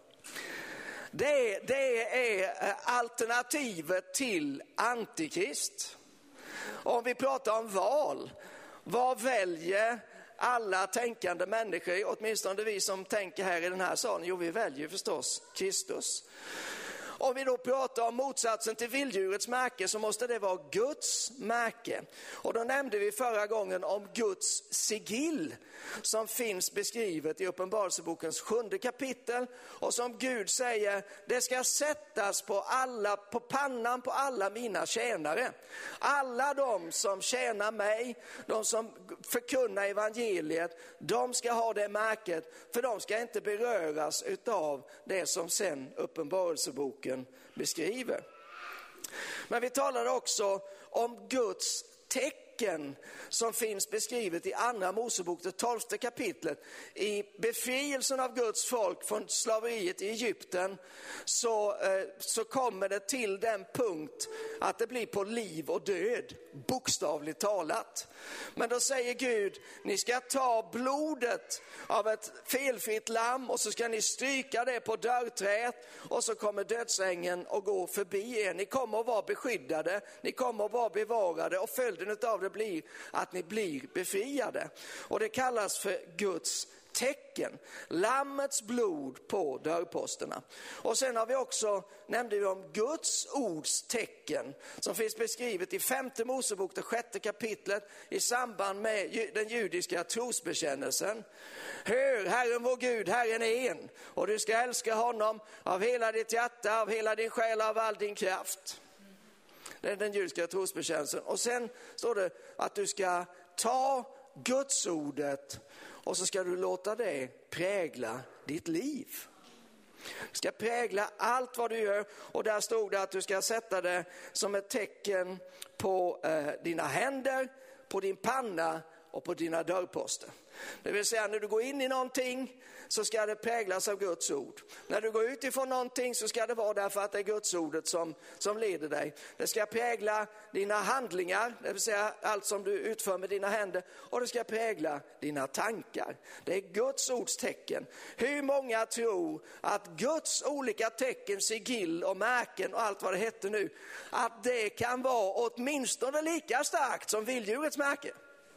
Det är alternativet till Antikrist. Om vi pratar om val, vad väljer alla tänkande människor, åtminstone vi som tänker här i den här salen? Jo, vi väljer förstås Kristus. Om vi då pratar om motsatsen till vilddjurets märke så måste det vara Guds märke. Och då nämnde vi förra gången om Guds sigill som finns beskrivet i Uppenbarelsebokens 7:e kapitel. Och som Gud säger, det ska sättas på pannan på alla mina tjänare. Alla de som tjänar mig, de som förkunnar evangeliet, de ska ha det märket. För de ska inte beröras utav det som sen Uppenbarelseboken beskriver. Men vi talade också om Guds tecken som finns beskrivet i andra Mosebok, det 12:e kapitlet. I befrielsen av Guds folk från slaveriet i Egypten så kommer det till den punkt att det blir på liv och död, bokstavligt talat. Men då säger Gud, ni ska ta blodet av ett felfritt lamm och så ska ni stryka det på dörrträet och så kommer dödsängeln att gå förbi er. Ni kommer att vara beskyddade, ni kommer att vara bevarade och följden av det blir att ni blir befriade. Och det kallas för Guds tecken, lammets blod på dörrposterna. Och sen har vi också, nämnde vi om Guds ords tecken som finns beskrivet i 5:e Mosebok, det 6:e kapitlet i samband med den judiska trosbekännelsen. Hör, Herren vår Gud, Herren är en, och du ska älska honom av hela ditt hjärta, av hela din själ, av all din kraft. Det är den judiska trosbekännelsen. Och sen står det att du ska ta Guds ordet och så ska du låta det prägla ditt liv. Du ska prägla allt vad du gör, och där stod det att du ska sätta det som ett tecken på dina händer, på din panna och på dina dörrposter. Det vill säga när du går in i någonting så ska det präglas av Guds ord. När du går ut ifrån någonting så ska det vara därför att det är Guds ordet som leder dig. Det ska prägla dina handlingar, det vill säga allt som du utför med dina händer, och det ska prägla dina tankar. Det är Guds ords tecken. Hur många tror att Guds olika tecken, sigill och märken och allt vad det heter nu, att det kan vara åtminstone lika starkt som vilddjurets märke?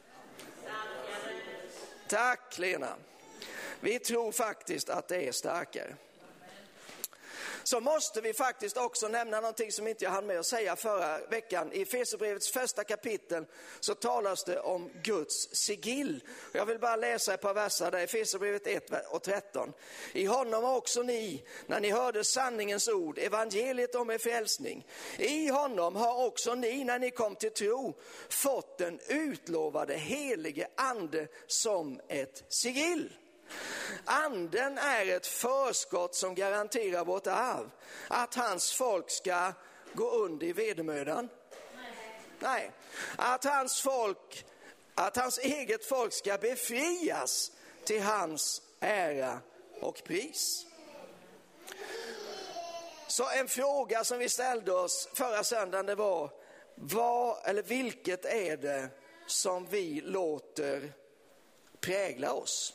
Tack Lena. Vi tror faktiskt att det är starkare. Så måste vi faktiskt också nämna någonting som inte jag hann med att säga förra veckan. I Efesierbrevets 1:a kapitel så talas det om Guds sigill. Jag vill bara läsa ett par verser där, Efesierbrevet 1:13. I honom har också ni, när ni hörde sanningens ord, evangeliet om er frälsning. I honom har också ni, när ni kom till tro, fått den utlovade helige ande som ett sigill. Anden är ett förskott som garanterar vårt arv. Att hans folk ska gå under i vedermödan. Nej. Att hans eget folk ska befrias till hans ära och pris. Så en fråga som vi ställde oss förra söndagen, det var vilket är det som vi låter prägla oss?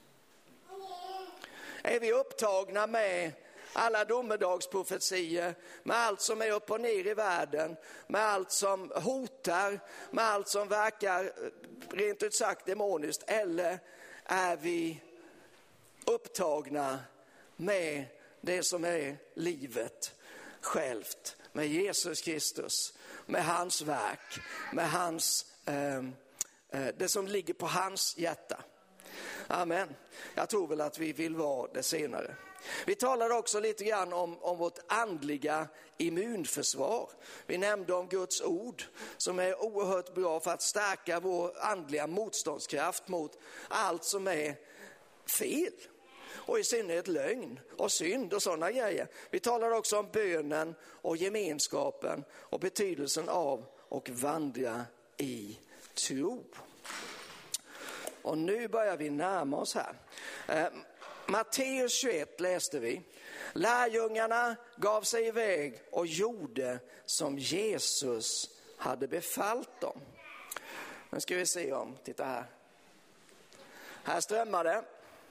Är vi upptagna med alla domedagsprofetier, med allt som är upp och ner i världen, med allt som hotar, med allt som verkar rent ut sagt demoniskt, eller är vi upptagna med det som är livet självt, med Jesus Kristus, med hans verk, med hans, det som ligger på hans hjärta? Amen. Jag tror väl att vi vill vara det senare. Vi talade också lite grann om vårt andliga immunförsvar. Vi nämnde om Guds ord som är oerhört bra för att stärka vår andliga motståndskraft mot allt som är fel. Och i synnerhet lögn och synd och sådana grejer. Vi talade också om bönen och gemenskapen och betydelsen av att vandra i tro. Och nu börjar vi närma oss här. Matteus 21 läste vi. Lärjungarna gav sig iväg och gjorde som Jesus hade befallt dem. Nu ska vi se om, titta här. Här strömmar det.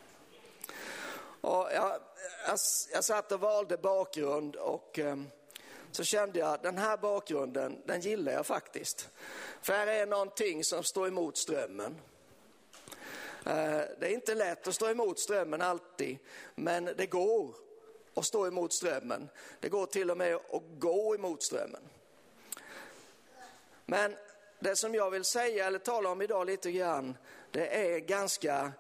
Och jag satt och valde bakgrund och så kände jag att den här bakgrunden, den gillar jag faktiskt. För här är någonting som står emot strömmen. Det är inte lätt att stå emot strömmen alltid, men det går att stå emot strömmen. Det går till och med att gå emot strömmen. Men det som jag vill säga eller tala om idag lite grann, det är ganska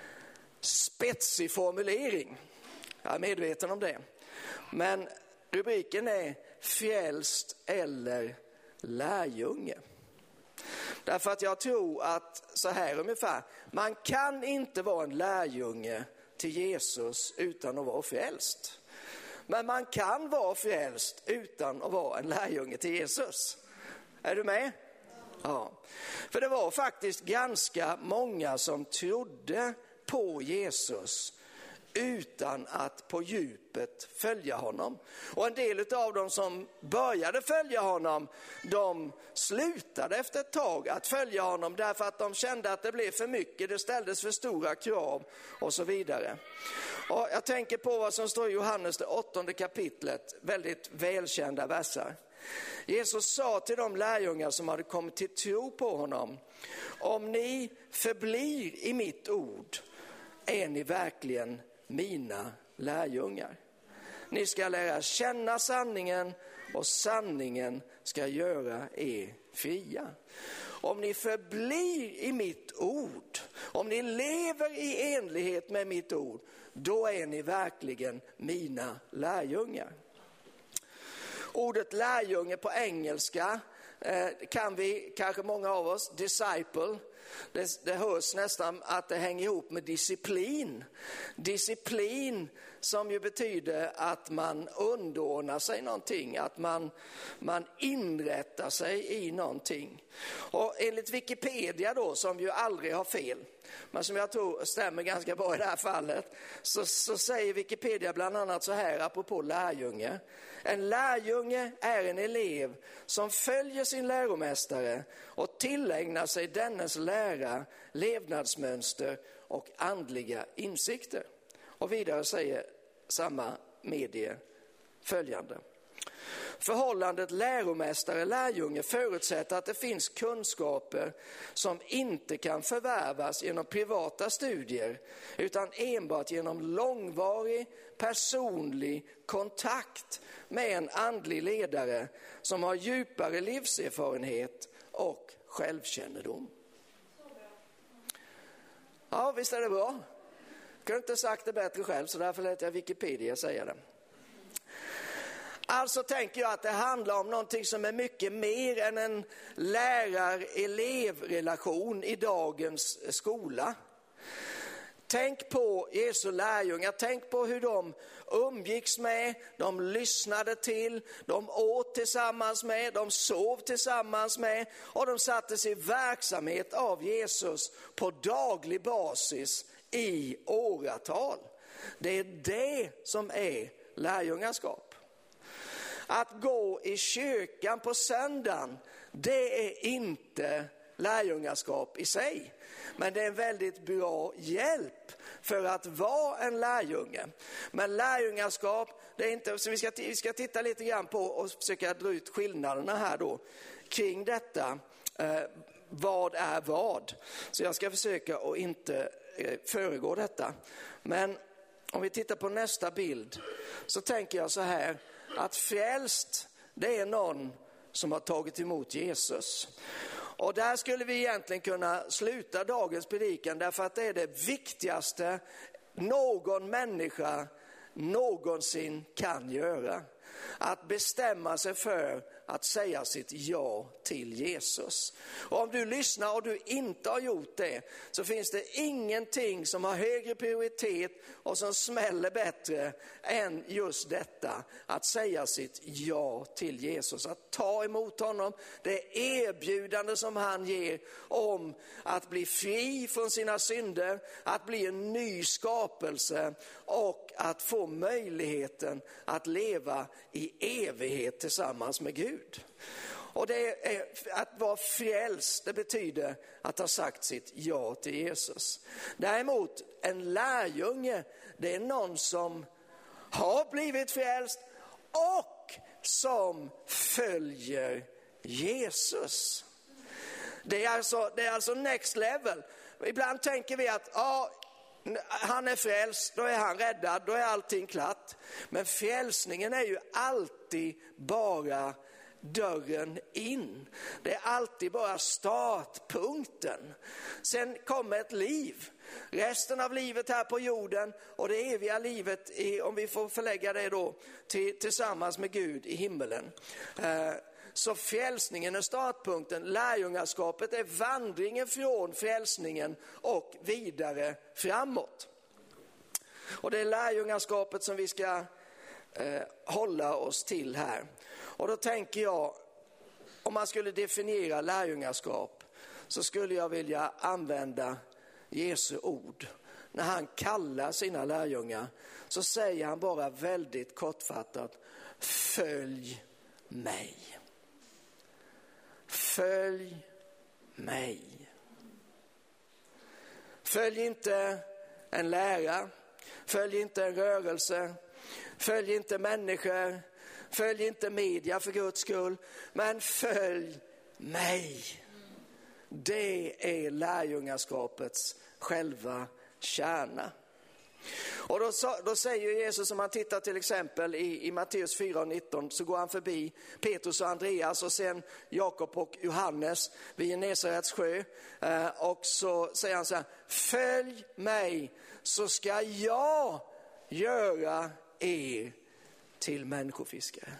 spetsig formulering. Jag är medveten om det. Men rubriken är frälst eller lärjunge. Därför att jag tror att så här ungefär, man kan inte vara en lärjunge till Jesus utan att vara frälst. Men man kan vara frälst utan att vara en lärjunge till Jesus. Är du med? Ja. För det var faktiskt ganska många som trodde på Jesus utan att på djupet följa honom. Och en del av dem som började följa honom, de slutade efter ett tag att följa honom därför att de kände att det blev för mycket, det ställdes för stora krav och så vidare. Och jag tänker på vad som står i Johannes det 8:e kapitlet, väldigt välkända verser. Jesus sa till de lärjungar som hade kommit till tro på honom: om ni förblir i mitt ord är ni verkligen mina lärjungar. Ni ska lära känna sanningen och sanningen ska göra er fria. Om ni förblir i mitt ord, om ni lever i enlighet med mitt ord, då är ni verkligen mina lärjungar. Ordet lärjunge på engelska kan vi, kanske många av oss, disciple. Det hörs nästan att det hänger ihop med disciplin. Disciplin som ju betyder att man underordnar sig någonting, att man inrättar sig i någonting. Och enligt Wikipedia då, som ju aldrig har fel, men som jag tror stämmer ganska bra i det här fallet, så säger Wikipedia bland annat så här apropå lärjunge: en lärjunge är en elev som följer sin läromästare och tillägnar sig dennes lära, levnadsmönster och andliga insikter. Och vidare säger samma medie följande: förhållandet läromästare-lärjunge förutsätter att det finns kunskaper som inte kan förvärvas genom privata studier utan enbart genom långvarig personlig kontakt med en andlig ledare som har djupare livserfarenhet och självkännedom. Ja, visst är det bra. Jag kunde inte sagt det bättre själv, så därför lät jag Wikipedia säga det. Alltså tänker jag att det handlar om någonting som är mycket mer än en lärar-elev-relation i dagens skola. Tänk på Jesu lärjungar, tänk på hur de umgicks med, de lyssnade till, de åt tillsammans med, de sov tillsammans med och de sattes i verksamhet av Jesus på daglig basis i åratal. Det är det som är lärjungaskap. Att gå i kyrkan på söndagen, det är inte lärjungaskap i sig. Men det är en väldigt bra hjälp för att vara en lärjunge. Men lärjungaskap, det är inte, så vi ska titta lite grann på och försöka dra ut skillnaderna här då kring detta. Vad är vad? Så jag ska försöka att inte föregå detta. Men om vi tittar på nästa bild så tänker jag så här, att frälst, det är någon som har tagit emot Jesus. Och där skulle vi egentligen kunna sluta dagens predikan, därför att det är det viktigaste någon människa någonsin kan göra. Att bestämma sig för att säga sitt ja till Jesus. Och om du lyssnar och du inte har gjort det, så finns det ingenting som har högre prioritet och som smäller bättre än just detta. Att säga sitt ja till Jesus, att ta emot honom. Det erbjudande som han ger om att bli fri från sina synder, att bli en ny skapelse och att få möjligheten att leva i evighet tillsammans med Gud. Och det är att vara frälst, det betyder att ha sagt sitt ja till Jesus. Däremot en lärjunge, det är någon som har blivit frälst och som följer Jesus. Det är alltså next level. Ibland tänker vi att han är frälst, då är han räddad, då är allting klart. Men frälsningen är ju alltid bara dörren in. Det är alltid bara startpunkten. Sen kommer ett liv. Resten av livet här på jorden och det eviga livet, om vi får förlägga det då tillsammans med Gud i himmelen. Så frälsningen är startpunkten. Lärjungaskapet är vandringen från frälsningen och vidare framåt. Och det är lärjungaskapet som vi ska hålla oss till här. Och då tänker jag, om man skulle definiera lärjungaskap, så skulle jag vilja använda Jesu ord. När han kallar sina lärjungar så säger han bara väldigt kortfattat: följ mig. Följ mig. Följ inte en lära, följ inte en rörelse, följ inte människor, följ inte media för Guds skull, men följ mig. Det är lärjungaskapets själva kärna. Och då säger Jesus, om man tittar till exempel i Matteus 4:19, så går han förbi Petrus och Andreas och sen Jakob och Johannes vid Genesarets sjö, och så säger han så här: följ mig så ska jag göra er till människofiskare.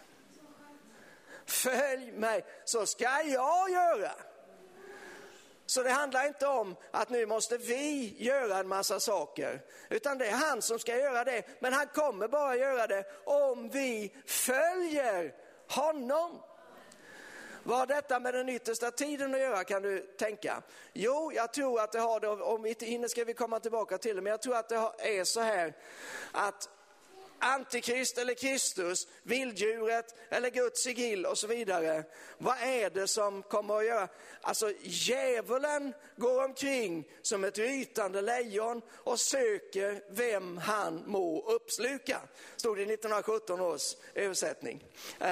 Följ mig så ska jag göra. Så det handlar inte om att nu måste vi göra en massa saker, utan det är han som ska göra det. Men han kommer bara göra det om vi följer honom. Vad har detta med den yttersta tiden att göra, kan du tänka? Jo, jag tror att det har det, om vi inte hinner ska vi komma tillbaka till det, men jag tror att det är så här att Antikrist eller Kristus, vilddjuret eller Guds sigill och så vidare. Vad är det som kommer att göra? Alltså djävulen går omkring som ett rytande lejon och söker vem han må uppsluka. Stod det i 1917 års översättning.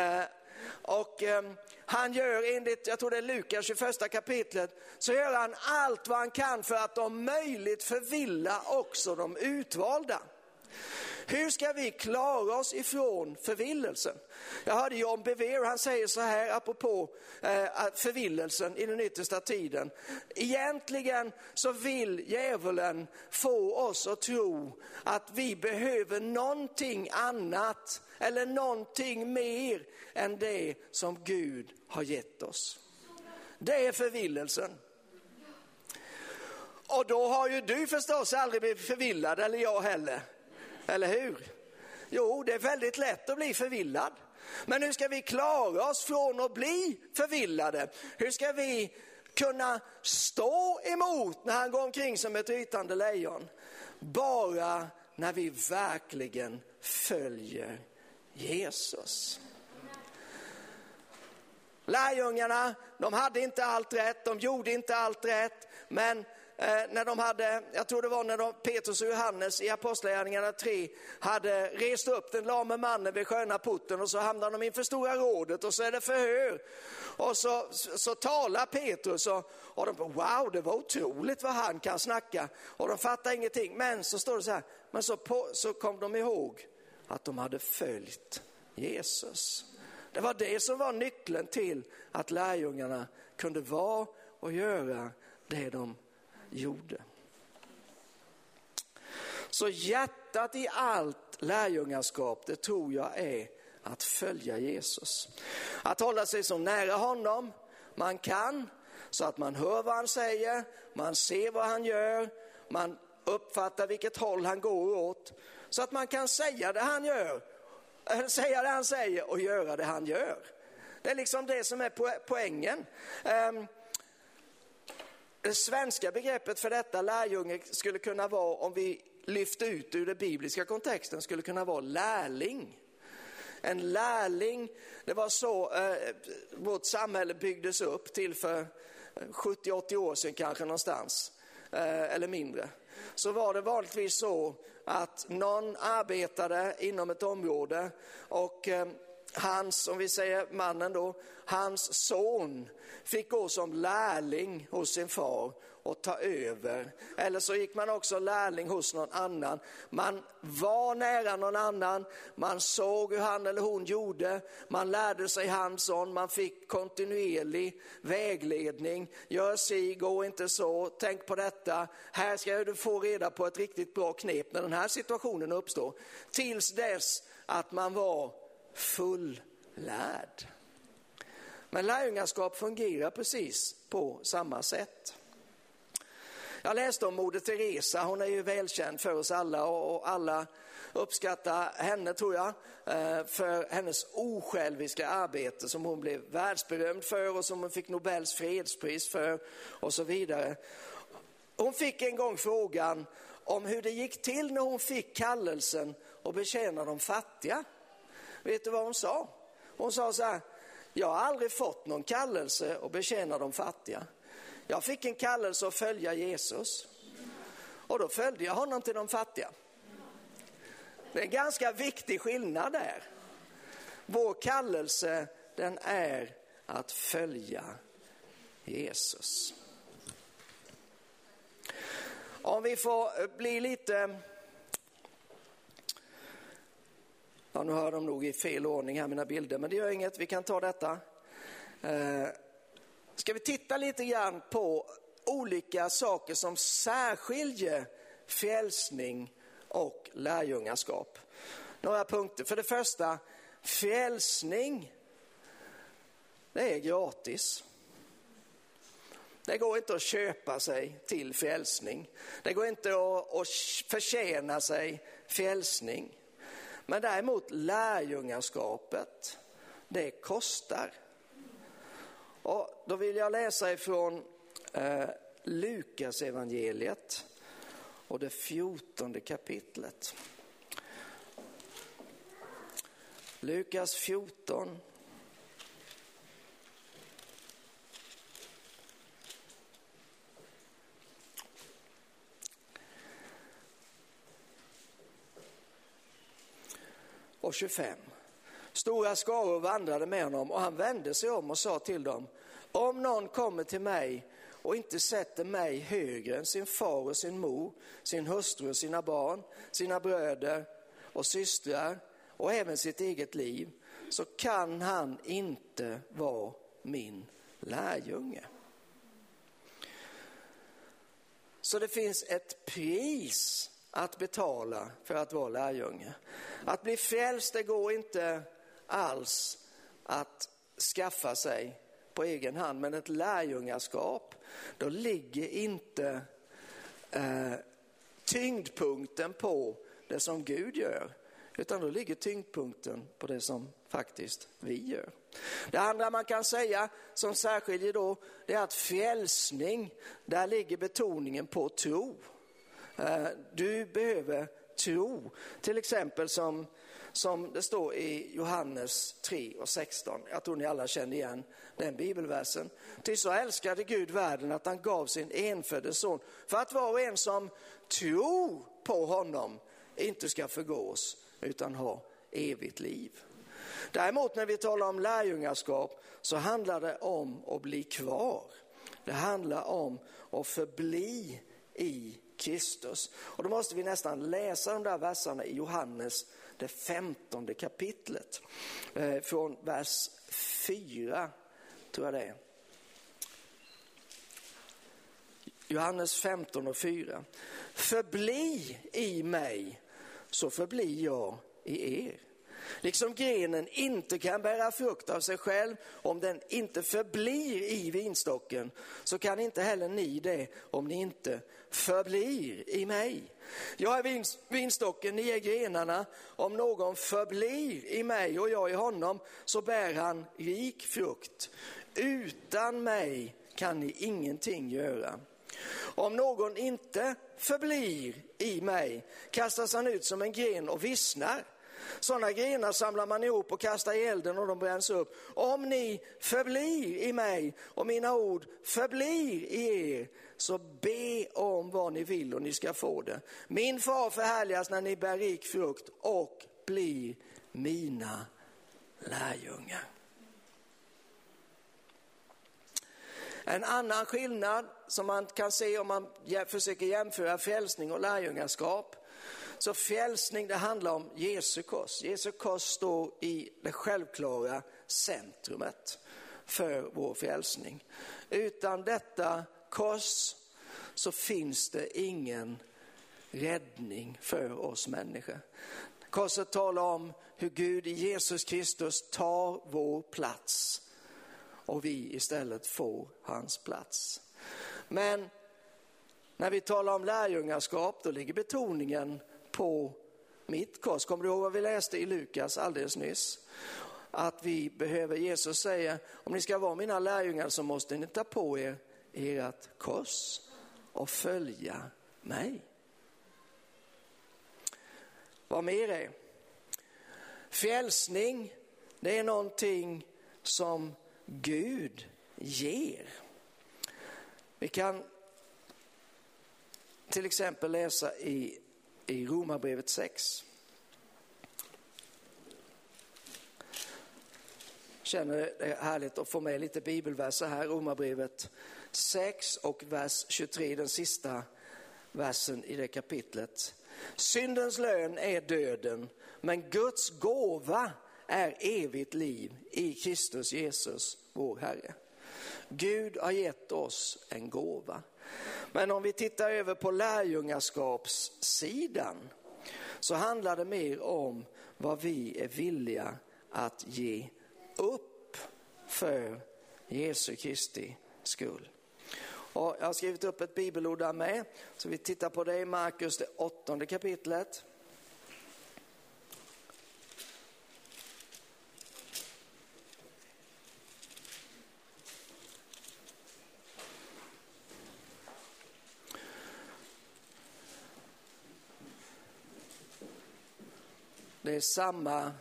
Han gör, enligt, jag tror det är Lukas 21 kapitlet, så gör han allt vad han kan för att om möjligt förvilla också de utvalda. Hur ska vi klara oss ifrån förvillelsen? Jag hörde John Bevere, han säger så här apropå förvillelsen i den yttersta tiden. Egentligen så vill djävulen få oss att tro att vi behöver någonting annat eller någonting mer än det som Gud har gett oss. Det är förvillelsen. Och då har ju du förstås aldrig blivit förvillad, eller jag heller. Eller hur? Jo, det är väldigt lätt att bli förvillad. Men hur ska vi klara oss från att bli förvillade? Hur ska vi kunna stå emot när han går omkring som ett rytande lejon? Bara när vi verkligen följer Jesus. Lärjungarna, de hade inte allt rätt, de gjorde inte allt rätt, men när de hade, jag tror det var när Petrus och Johannes i Apostlagärningarna 3 hade rest upp den lame mannen vid sköna porten, och så hamnade de inför Stora rådet och så är det förhör. Och så talar Petrus och de bara, wow, det var otroligt vad han kan snacka. Och de fattar ingenting, men så står det så här, men så kom de ihåg att de hade följt Jesus. Det var det som var nyckeln till att lärjungarna kunde vara och göra det de gjorde. Så hjärtat i allt lärjungaskap, det tror jag är att följa Jesus. Att hålla sig så nära honom man kan, så att man hör vad han säger, man ser vad han gör, man uppfattar vilket håll han går åt, så att man kan säga det han gör, säga det han säger och göra det han gör. Det är liksom det som är poängen. Det svenska begreppet för detta lärjunge skulle kunna vara, om vi lyfter ut ur den bibliska kontexten, skulle kunna vara lärling. En lärling, det var så vårt samhälle byggdes upp till för 70-80 år sedan kanske någonstans, eller mindre. Så var det vanligtvis så att någon arbetade inom ett område och hans, om vi säger mannen då, hans son fick gå som lärling hos sin far och ta över. Eller så gick man också lärling hos någon annan. Man var nära någon annan, man såg hur han eller hon gjorde, man lärde sig hands-on, man fick kontinuerlig vägledning. Gör si, gå inte så, tänk på detta. Här ska du få reda på ett riktigt bra knep när den här situationen uppstår. Tills dess att man var fullärd. Men lärjungaskap fungerar precis på samma sätt. Jag läste om Moder Teresa, hon är ju välkänd för oss alla och alla uppskattar henne, tror jag, för hennes osjälviska arbete som hon blev världsberömd för och som hon fick Nobels fredspris för och så vidare. Hon fick en gång frågan om hur det gick till när hon fick kallelsen att betjäna de fattiga. Vet du vad hon sa? Hon sa så här: jag har aldrig fått någon kallelse att betjäna de fattiga. Jag fick en kallelse att följa Jesus. Och då följde jag honom till de fattiga. Det är en ganska viktig skillnad där. Vår kallelse, den är att följa Jesus. Om vi får bli lite... Ja, nu har de nog i fel ordning här mina bilder, men det gör inget, vi kan ta detta. Ska vi titta lite grann på olika saker som särskiljer frälsning och lärjungaskap. Några punkter. För det första, frälsning, det är gratis. Det går inte att köpa sig till frälsning. Det går inte att förtjäna sig frälsning. Men däremot lärjungaskapet, det kostar. Och då vill jag läsa ifrån Lukas evangeliet och det 14:e kapitlet. Lukas 14. Och 25. Stora skaror vandrade med honom och han vände sig om och sa till dem: om någon kommer till mig och inte sätter mig högre än sin far och sin mor, sin hustru och sina barn, sina bröder och systrar och även sitt eget liv, så kan han inte vara min lärjunge. Så det finns ett pris att betala för att vara lärjunge. Att bli frälst, det går inte alls att skaffa sig på egen hand, men ett lärjungaskap, då ligger inte tyngdpunkten på det som Gud gör, utan då ligger tyngdpunkten på det som faktiskt vi gör. Det andra man kan säga som särskiljer då, det är att frälsning, där ligger betoningen på tro. Du behöver tro. Till exempel som som det står i Johannes 3:16. Jag tror ni alla känner igen den bibelversen. Till så älskade Gud världen att han gav sin enfödde son för att var och en som tror på honom inte ska förgås utan ha evigt liv. Däremot när vi talar om lärjungaskap så handlar det om att bli kvar. Det handlar om att förbli i Kristus. Och då måste vi nästan läsa de där verserna i Johannes, det 15:e kapitlet. Från vers 4, tror jag det är. Johannes 15:4. Förbli i mig, så förblir jag i er. Liksom grenen inte kan bära frukt av sig själv om den inte förblir i vinstocken, så kan inte heller ni det om ni inte förblir i mig. Jag är vinstocken, ni är grenarna. Om någon förblir i mig och jag i honom, så bär han rik frukt. Utan mig kan ni ingenting göra. Om någon inte förblir i mig, kastas han ut som en gren och vissnar. Sådana grenar samlar man ihop och kastar i elden och de bränns upp. Om ni förblir i mig och mina ord förblir i er, så be om vad ni vill och ni ska få det. Min far förhärligas när ni bär rik frukt och blir mina lärjungar. En annan skillnad som man kan se om man försöker jämföra frälsning och lärjungaskap. Så frälsning, det handlar om Jesu kors. Jesu kors står i det självklara centrumet för vår frälsning. Utan detta kors så finns det ingen räddning för oss människor. Korset talar om hur Gud i Jesus Kristus tar vår plats och vi istället får hans plats. Men när vi talar om lärjungaskap, då ligger betoningen på mitt kors. Kommer du ihåg vad vi läste i Lukas alldeles nyss? Att vi behöver, Jesus säga, om ni ska vara mina lärjungar så måste ni ta på er ert kors och följa mig. Vad mer är? Frälsning, det är någonting som Gud ger. Vi kan till exempel läsa i Romarbrevet 6. Känner det är härligt att få med lite bibelverser här. Romarbrevet 6 och vers 23, den sista versen i det kapitlet. Syndens lön är döden, men Guds gåva är evigt liv i Kristus Jesus, vår Herre. Gud har gett oss en gåva. Men om vi tittar över på lärjungaskapssidan så handlar det mer om vad vi är villiga att ge upp för Jesu Kristi skull. Och jag har skrivit upp ett bibelord där med, så vi tittar på det i Markus, det 8:e kapitlet. Det är samma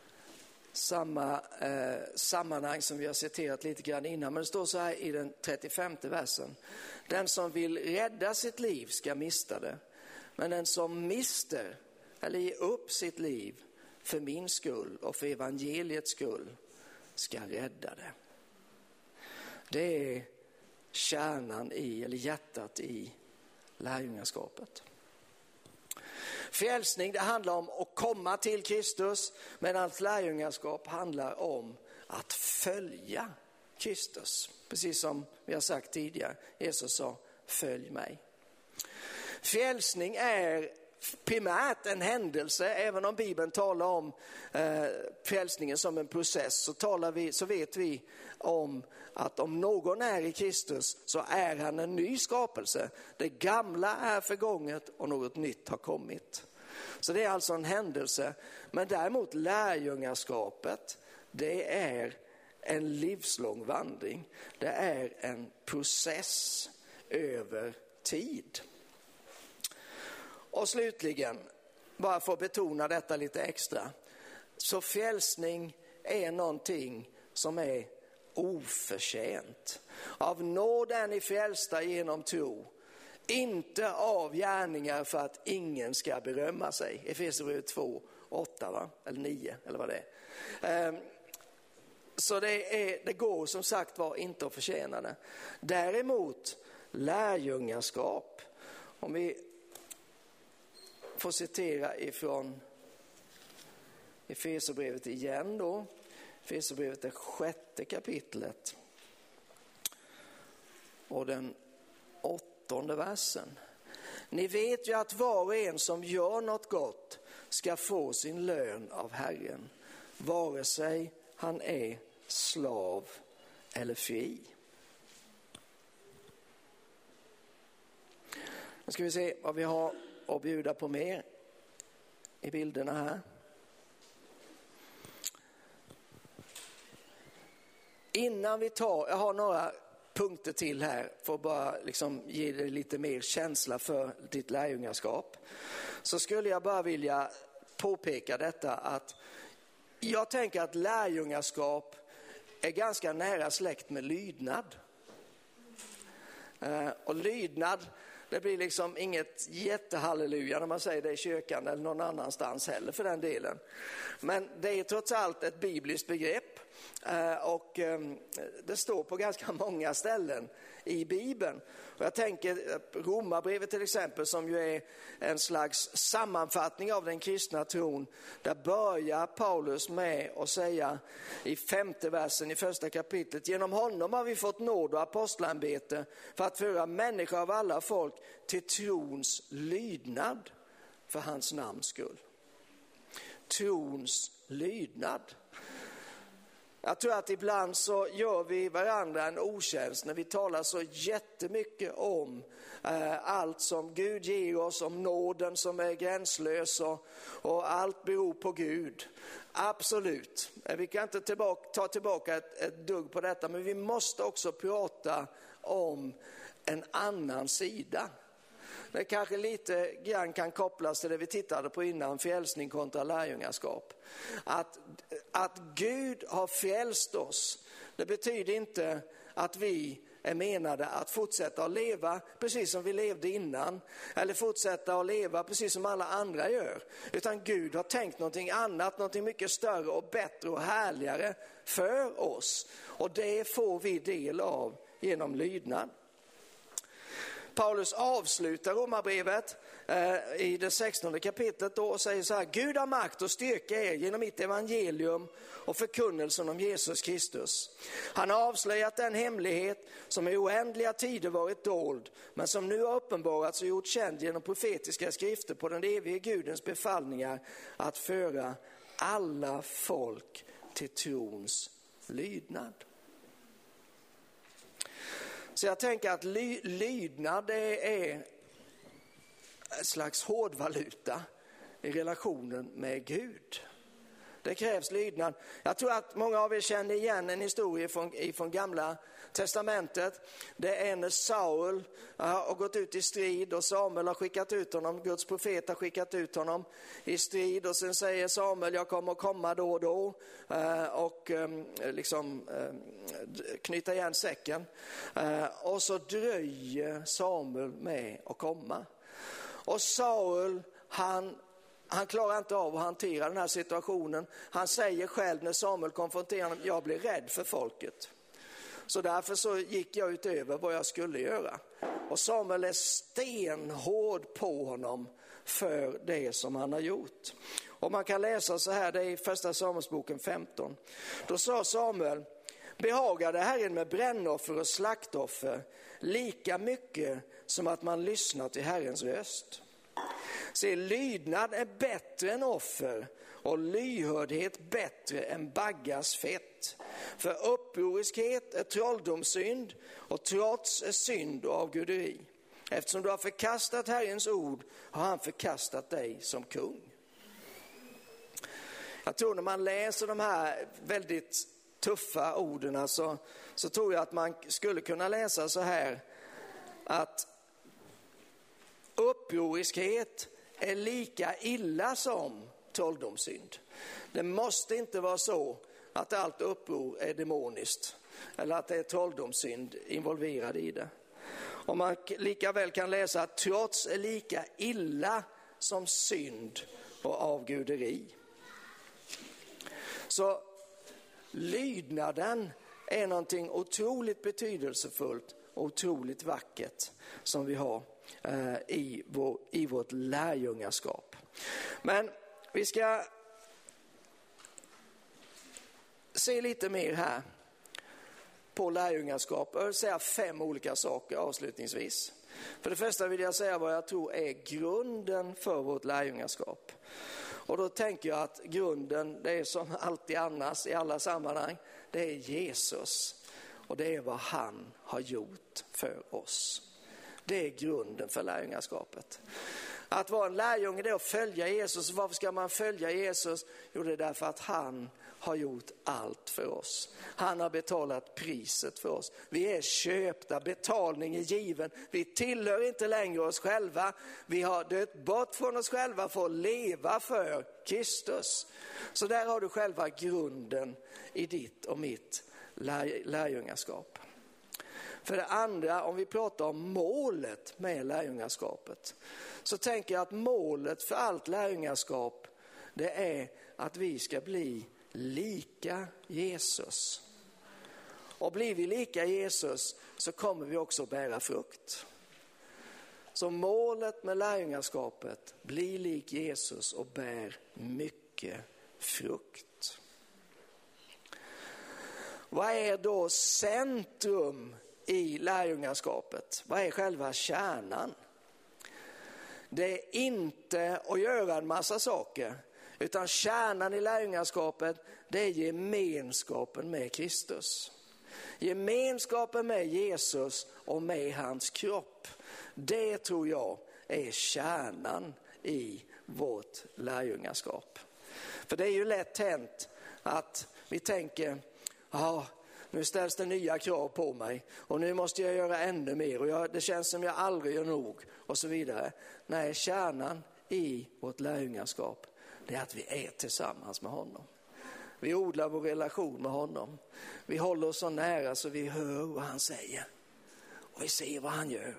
sammanhang som vi har citerat lite grann innan. Men det står så här i den 35:e versen. Den som vill rädda sitt liv ska mista det. Men den som mister eller ger upp sitt liv för min skull och för evangeliets skull ska rädda det. Det är kärnan i, eller hjärtat i, lärjungaskapet. Frälsning, det handlar om att komma till Kristus, medan lärjungaskap handlar om att följa Kristus. Precis som vi har sagt tidigare, Jesus sa, följ mig. Frälsning är primärt en händelse, även om Bibeln talar om frälsningen som en process, så vet vi om att om någon är i Kristus så är han en ny skapelse. Det gamla är förgånget och något nytt har kommit. Så det är alltså en händelse. Men däremot lärjungaskapet, det är en livslång vandring. Det är en process över tid. Och slutligen, bara för att betona detta lite extra. Så frälsning är någonting som är oförtjänt. Av nåd är ni frälsta genom tro, inte av gärningar för att ingen ska berömma sig. Efesierbrevet 2:8 va? Eller 9 eller vad det är. Så det går som sagt var inte att förtjäna det. Däremot lärjungaskap, om vi får citera ifrån Efesierbrevet igen då. Efesierbrevet det 6:e kapitlet och den 8:e versen. Ni vet ju att var och en som gör något gott ska få sin lön av Herren, vare sig han är slav eller fri. Nu ska vi se vad vi har att bjuda på mer i bilderna här. Innan vi tar, jag har några punkter till här för att bara liksom ge dig lite mer känsla för ditt lärjungaskap. Så skulle jag bara vilja påpeka detta att jag tänker att lärjungaskap är ganska nära släkt med lydnad. Och lydnad, det blir liksom inget jättehalleluja när man säger det i kyrkan eller någon annanstans heller för den delen. Men det är trots allt ett bibliskt begrepp och det står på ganska många ställen i Bibeln. Och jag tänker Romarbrevet till exempel, som ju är en slags sammanfattning av den kristna tron. Där börjar Paulus med att säga i 5:e versen i 1:a kapitlet: genom honom har vi fått nåd och apostlaämbete för att föra människor av alla folk till trons lydnad för hans namns skull. Trons lydnad. Jag tror att ibland så gör vi varandra en otjänst när vi talar så jättemycket om allt som Gud ger oss, om nåden som är gränslös och allt beror på Gud. Absolut, vi kan inte ta tillbaka ett dugg på detta, men vi måste också prata om en annan sida. Det kanske lite grann kan kopplas till det vi tittade på innan, frälsning kontra lärjungaskap. Att Gud har frälst oss, det betyder inte att vi är menade att fortsätta att leva precis som vi levde innan. Eller fortsätta att leva precis som alla andra gör. Utan Gud har tänkt någonting annat, någonting mycket större och bättre och härligare för oss. Och det får vi del av genom lydnad. Paulus avslutar Romarbrevet i det 16:e kapitlet då och säger så här: Gud har makt och styrka er genom mitt evangelium och förkunnelsen om Jesus Kristus. Han har avslöjat den hemlighet som i oändliga tider varit dold, men som nu har uppenbarats och gjort känd genom profetiska skrifter på den evige Gudens befallningar att föra alla folk till trons lydnad. Så jag tänker att lydnad är en slags hårdvaluta i relationen med Gud. Det krävs lydnad. Jag tror att många av er känner igen en historia från Gamla testamentet. Det är när Saul har gått ut i strid och Samuel har skickat ut honom. Guds profet har skickat ut honom i strid och sen säger Samuel: jag kommer att komma då och då och knyta igen säcken. Och så dröjer Samuel med att komma. Och Saul, han klarar inte av att hantera den här situationen. Han säger själv när Samuel konfronterar honom: jag blir rädd för folket. Så därför så gick jag utöver vad jag skulle göra. Och Samuel är stenhård på honom för det som han har gjort. Och man kan läsa så här, det är i första Samuelsboken 15. Då sa Samuel: behagade Herren med brännoffer och slaktoffer lika mycket som att man lyssnar till Herrens röst. Se, lydnad är bättre än offer och lyhördhet bättre än baggas fett. För upproriskhet är trolldomssynd och trots är synd och avguderi. Eftersom du har förkastat Herrens ord har han förkastat dig som kung. Jag tror när man läser de här väldigt tuffa orden så tror jag att man skulle kunna läsa så här, att upproriskhet är lika illa som trolldomssynd. Det måste inte vara så att allt uppror är demoniskt eller att det är trolldomssynd involverad i det. Och man lika väl kan läsa att trots är lika illa som synd och avguderi. Så lydnaden är någonting otroligt betydelsefullt och otroligt vackert som vi har i vårt lärjungaskap. Men vi ska se lite mer här på lärjungaskap. Jag vill säga 5 olika saker avslutningsvis. För det första vill jag säga vad jag tror är grunden för vårt lärjungaskap. Och då tänker jag att grunden, det är som alltid annars i alla sammanhang, det är Jesus. Och det är vad han har gjort för oss. Det är grunden för lärjungaskapet. Att vara en lärjunge, det är att följa Jesus. Varför ska man följa Jesus? Jo, det är därför att han har gjort allt för oss. Han har betalat priset för oss. Vi är köpta, betalning är given. Vi tillhör inte längre oss själva. Vi har dött bort från oss själva för att leva för Kristus. Så där har du själva grunden i ditt och mitt lärjungaskap. För det andra, om vi pratar om målet med lärjungaskapet, så tänker jag att målet för allt lärjungaskap, det är att vi ska bli lika Jesus. Och blir vi lika Jesus så kommer vi också bära frukt. Så målet med lärjungaskapet, bli lik Jesus och bär mycket frukt. Vad är då centrum i lärjungaskapet? Vad är själva kärnan? Det är inte att göra en massa saker, utan kärnan i lärjungaskapet, det är gemenskapen med Kristus. Gemenskapen med Jesus och med hans kropp. Det tror jag är kärnan i vårt lärjungaskap. För det är ju lätt hänt att vi tänker, nu ställs det nya krav på mig och nu måste jag göra ännu mer och det känns som jag aldrig gör nog och så vidare. Nej, kärnan i vårt lärjungaskap, det är att vi är tillsammans med honom. Vi odlar vår relation med honom. Vi håller oss så nära så vi hör vad han säger och vi ser vad han gör.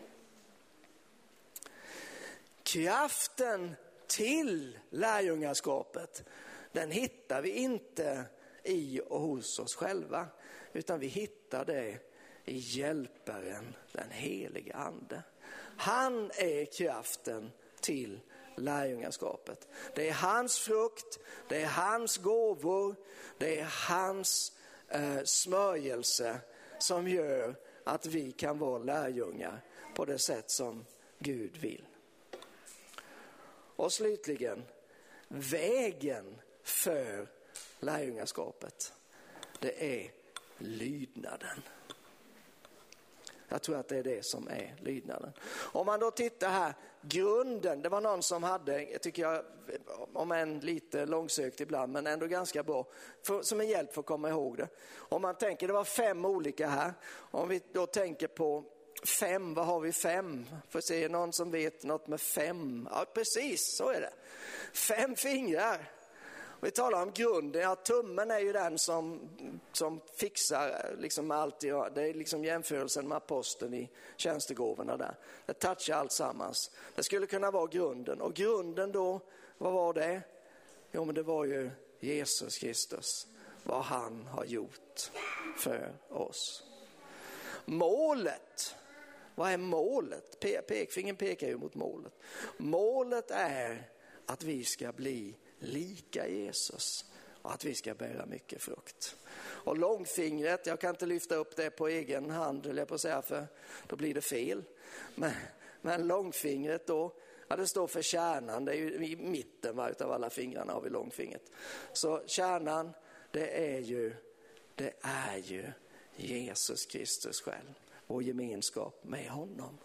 Kraften till lärjungaskapet, den hittar vi inte i och hos oss själva, utan vi hittar det i hjälparen, den heliga ande. Han är kraften till lärjungaskapet. Det är hans frukt, det är hans gåvor, det är hans smörjelse som gör att vi kan vara lärjungar på det sätt som Gud vill. Och slutligen, vägen för lärjungaskapet, det är lydnaden. Jag tror att det är det som är lydnaden. Om man då tittar här, grunden, det var någon som hade, jag tycker jag, om än lite långsökt ibland, men ändå ganska bra, som en hjälp för att komma ihåg det. Om man tänker, det var 5 olika här. Om vi då tänker på 5, vad har vi 5? Får se någon som vet något med 5. Ja, precis, så är det. 5 fingrar. Vi talar om grunden. Ja, tummen är ju den som fixar liksom allt. Det är liksom jämförelsen med aposteln i tjänstegåvorna där. Det touchar allt sammans. Det skulle kunna vara grunden. Och grunden då, vad var det? Jo, men det var ju Jesus Kristus. Vad han har gjort för oss. Målet. Vad är målet? Pekfingern pekar ju mot målet. Målet är att vi ska bli lika Jesus och att vi ska bära mycket frukt. Och långfingret, jag kan inte lyfta upp det på egen hand, eller på att säga, för då blir det fel. Men långfingret då, ja, det står för kärnan, det är ju i mitten av alla fingrarna har vi långfingret. Så kärnan, det är ju Jesus Kristus själv, vår gemenskap med honom.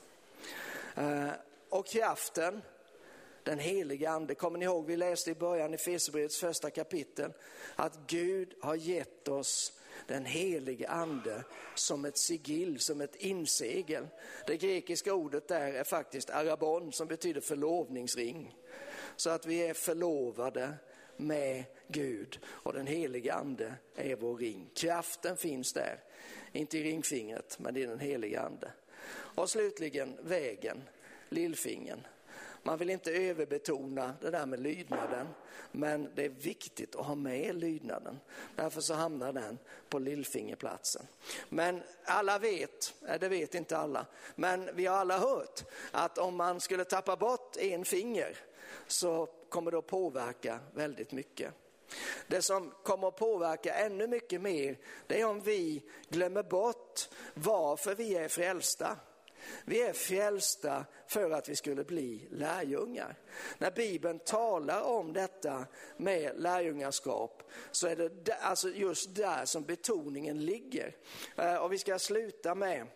Och kraften, den heliga ande. Kommer ni ihåg, vi läste i början i Efesierbrevets första kapitel att Gud har gett oss den heliga ande som ett sigill, som ett insegel. Det grekiska ordet där är faktiskt arabon, som betyder förlovningsring. så att vi är förlovade med Gud. Och den heliga ande är vår ring. Kraften finns där, inte i ringfingret men i den heliga ande. Och slutligen vägen, lillfingern. Man vill inte överbetona det där med lydnaden, men det är viktigt att ha med lydnaden. Därför så hamnar den på lillfingerplatsen. Men alla vet, det vet inte alla, men vi har alla hört att om man skulle tappa bort en finger så kommer det att påverka väldigt mycket. Det som kommer att påverka ännu mycket mer, det är om vi glömmer bort varför vi är frälsta. Vi är frälsta för att vi skulle bli lärjungar. När Bibeln talar om detta med lärjungaskap så är det alltså just där som betoningen ligger. Och vi ska sluta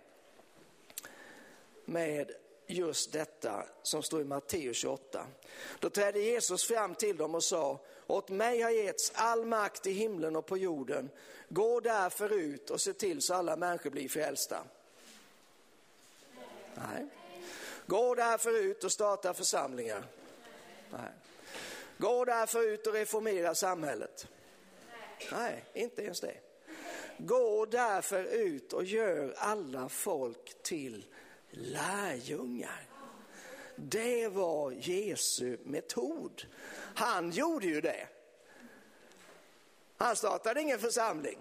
med just detta som står i Matteus 28. Då trädde Jesus fram till dem och sa: åt mig har getts all makt i himlen och på jorden. Gå därför ut och se till så alla människor blir frälsta. Nej. Gå därför ut och starta församlingar. Nej. Gå därför ut och reformera samhället. Nej, inte ens det. Gå därför ut och gör alla folk till lärjungar. Det var Jesu metod. Han gjorde ju det. Han startade ingen församling.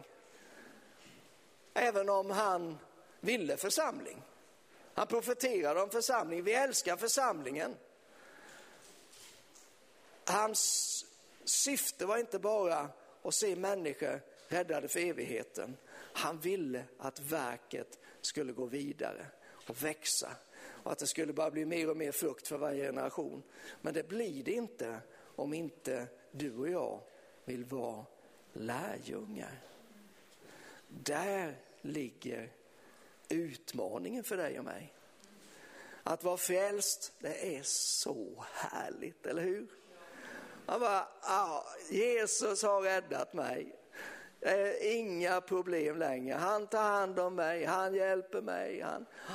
Även om han ville församling. Han profeterade om församling. Vi älskar församlingen. Hans syfte var inte bara att se människor räddade för evigheten. Han ville att verket skulle gå vidare och växa. Och att det skulle bara bli mer och mer frukt för varje generation. Men det blir det inte om inte du och jag vill vara lärjungar. Där ligger utmaningen för dig och mig. Att vara frälst, det är så härligt, eller hur? Man bara, Jesus har räddat mig. Inga problem längre. Han tar hand om mig, han hjälper mig.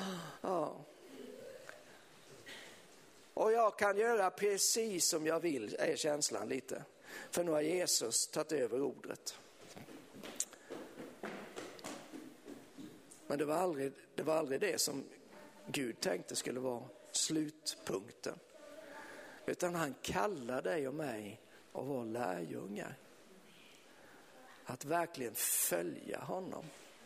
Och jag kan göra precis som jag vill, är känslan lite. För nu har Jesus tagit över ordet. Men det var aldrig det som Gud tänkte skulle vara slutpunkten. Utan han kallar dig och mig att vara lärjungar. Att verkligen följa honom.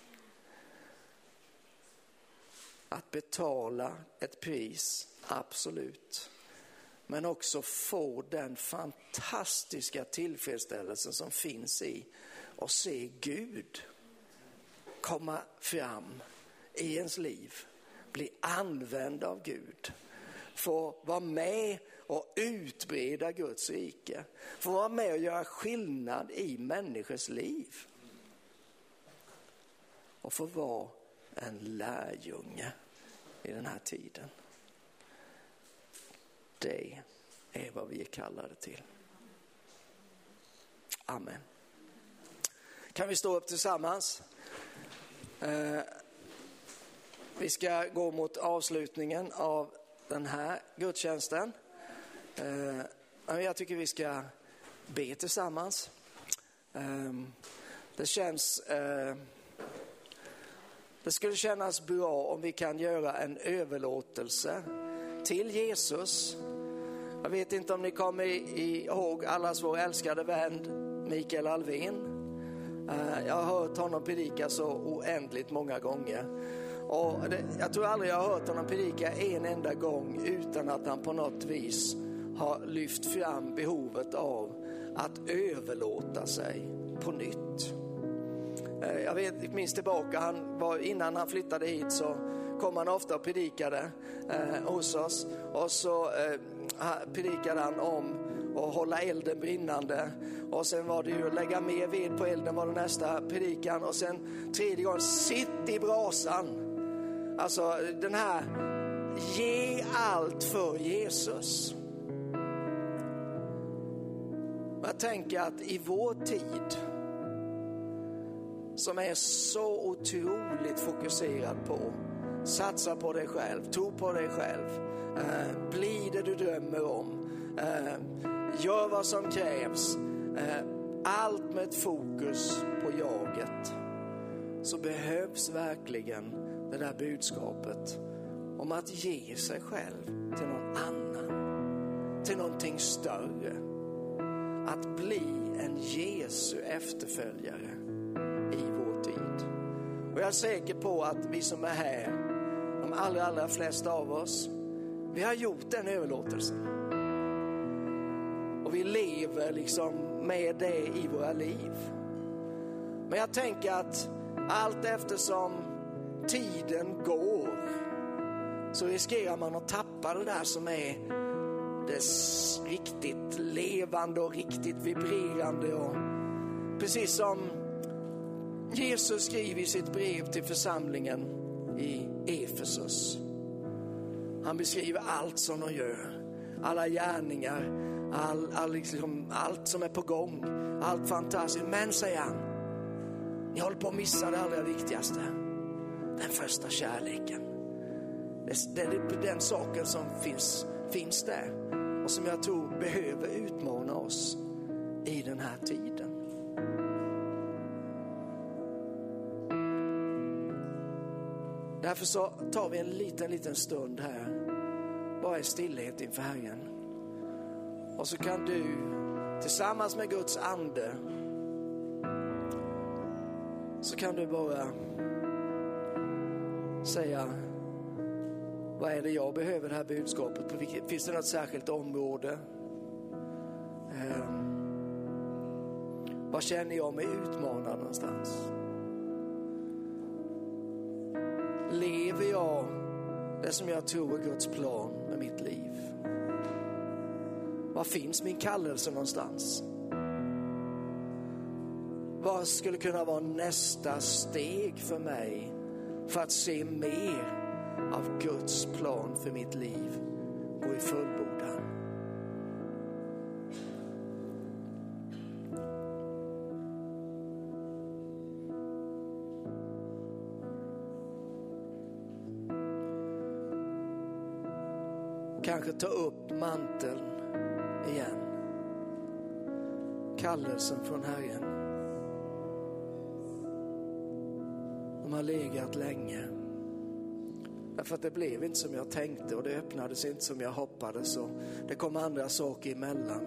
Att betala ett pris, absolut. Men också få den fantastiska tillfredsställelsen som finns i att se Gud komma fram i ens liv. Bli använd av Gud. Få vara med och utbreda Guds rike. Få vara med och göra skillnad i människors liv. Och få vara en lärjunge i den här tiden. Det är vad vi är kallade till. Amen. Kan vi stå upp tillsammans? Vi ska gå mot avslutningen av den här gudstjänsten. Jag tycker vi ska be tillsammans. Det skulle kännas bra om vi kan göra en överlåtelse till Jesus. Jag vet inte om ni kommer ihåg allas vår älskade vän Mikael Alvén. Jag har hört honom predika så oändligt många gånger. Och jag tror aldrig jag har hört honom predika en enda gång utan att han på något vis har lyft fram behovet av att överlåta sig på nytt. Jag minns tillbaka, innan han flyttade hit så kom han ofta och predikade hos oss. Och så predikade han om att hålla elden brinnande. Och sen var det ju att lägga mer ved på elden var det nästa predikan. Och sen tredje gången, sitt i brasan. Alltså den här, ge allt för Jesus. Jag tänker att i vår tid som är så otroligt fokuserad på satsa på dig själv, tro på dig själv, bli det du drömmer om, Gör vad som krävs. Allt med ett fokus på jaget. Så behövs verkligen det där budskapet om att ge sig själv till någon annan. Till någonting större. Att bli en Jesu efterföljare i vår tid. Och jag är säker på att vi som är här, de allra flesta av oss, vi har gjort den överlåtelsen. Och vi lever liksom med det i våra liv. Men jag tänker att allt eftersom tiden går så riskerar man att tappa det där som är det riktigt levande och riktigt vibrerande. Och precis som Jesus skriver i sitt brev till församlingen i Efesus. Han beskriver allt som de gör. Alla gärningar, allt som är på gång. Allt fantastiskt. Men, säger han, ni håller på att missa det allra viktigaste. Den första kärleken. Det är den saken som finns där. Och som jag tror behöver utmana oss i den här tiden. Därför så tar vi en liten stund här. Bara i stillhet inför Herren. Och så kan du tillsammans med Guds ande, så kan du bara säga: vad är det jag behöver det här budskapet på? Finns det något särskilt område? Vad känner jag mig utmanad någonstans? Lever jag det som jag tror är Guds plan med mitt liv? Var finns min kallelse någonstans? Vad skulle kunna vara nästa steg för mig för att se mer av Guds plan för mitt liv gå i fullbordan? Kanske ta upp manteln igen. Kallelsen från Herren. De har legat länge. Därför att det blev inte som jag tänkte och det öppnades inte som jag hoppades och det kom andra saker emellan.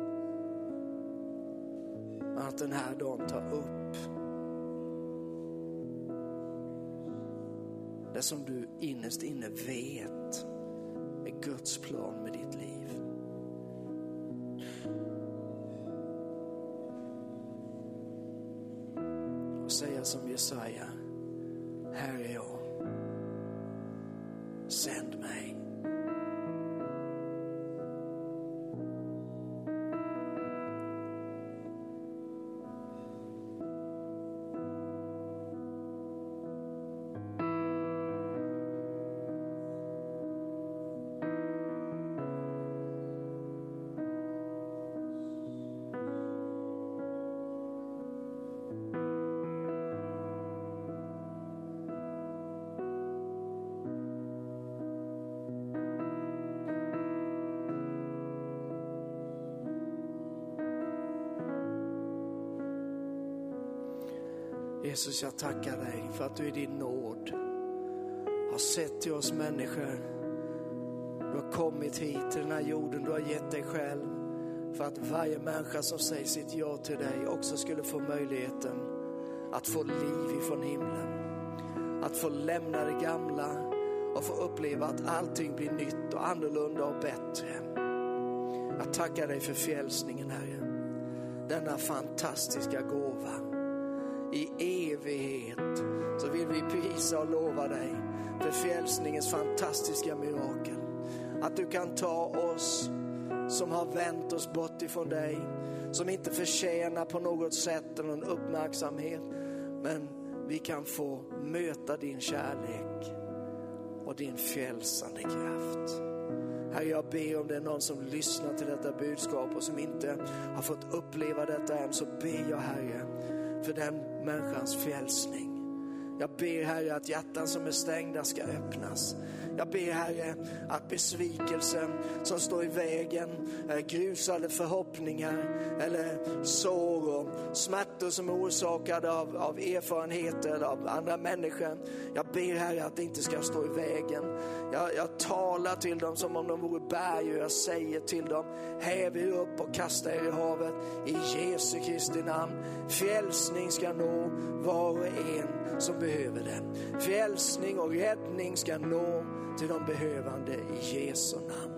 Att den här dagen tar upp det som du innerst inne vet är Guds plan med ditt liv. Och säga som Jesaja: här är jag. Sänd mig. Jesus, jag tackar dig för att du i din nåd har sett till oss människor. Du har kommit hit till den här jorden, du har gett dig själv för att varje människa som säger sitt ja till dig också skulle få möjligheten att få liv ifrån himlen. Att få lämna det gamla och få uppleva att allting blir nytt och annorlunda och bättre. Jag tackar dig för frälsningen, Herre. Denna fantastiska gåva. I evighet så vill vi prisa och lova dig för frälsningens fantastiska mirakel. Att du kan ta oss som har vänt oss bort ifrån dig, som inte förtjänar på något sätt någon uppmärksamhet, men vi kan få möta din kärlek och din frälsande kraft. Herre, jag ber om det är någon som lyssnar till detta budskap och som inte har fått uppleva detta än, så ber jag, Herre, för den människans frälsning. Jag ber, Herre, att hjärtan som är stängda ska öppnas. Jag ber Herre att besvikelsen som står i vägen, grusade förhoppningar eller sår och smärtor som är orsakade av erfarenheter av andra människor. Jag ber Herre att det inte ska stå i vägen. Jag talar till dem som om de vore berg och jag säger till dem: häv er upp och kasta er i havet i Jesu Kristi namn. Frälsning ska nå var och en som behöver det. Frälsning och räddning ska nå till de behövande i Jesu namn.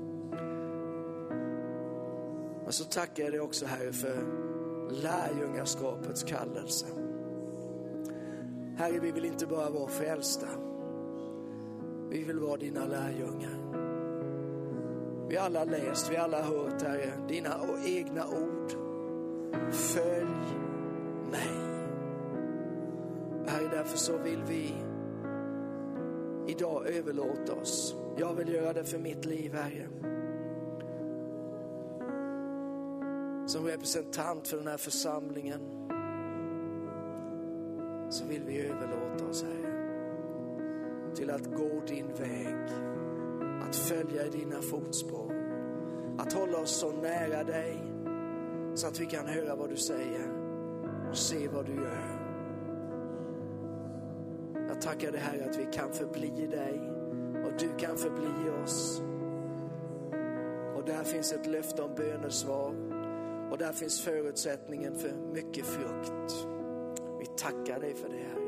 Och så tackar jag dig också Herre för lärjungaskapets kallelse. Herre, vi vill inte bara vara frälsta. Vi vill vara dina lärjungar. Vi har alla läst, vi har alla hört Herre, dina egna ord. Följ mig. Herre, därför så vill vi idag överlåta oss. Jag vill göra det för mitt liv Herre. Som representant för den här församlingen så vill vi överlåta oss Herre till att gå din väg, att följa i dina fotspår, att hålla oss så nära dig så att vi kan höra vad du säger och se vad du gör. Jag tackar dig Herre att vi kan förbli dig och du kan förbli oss. Och där finns ett löfte om bönesvar och där finns förutsättningen för mycket frukt. Vi tackar dig för det Herre.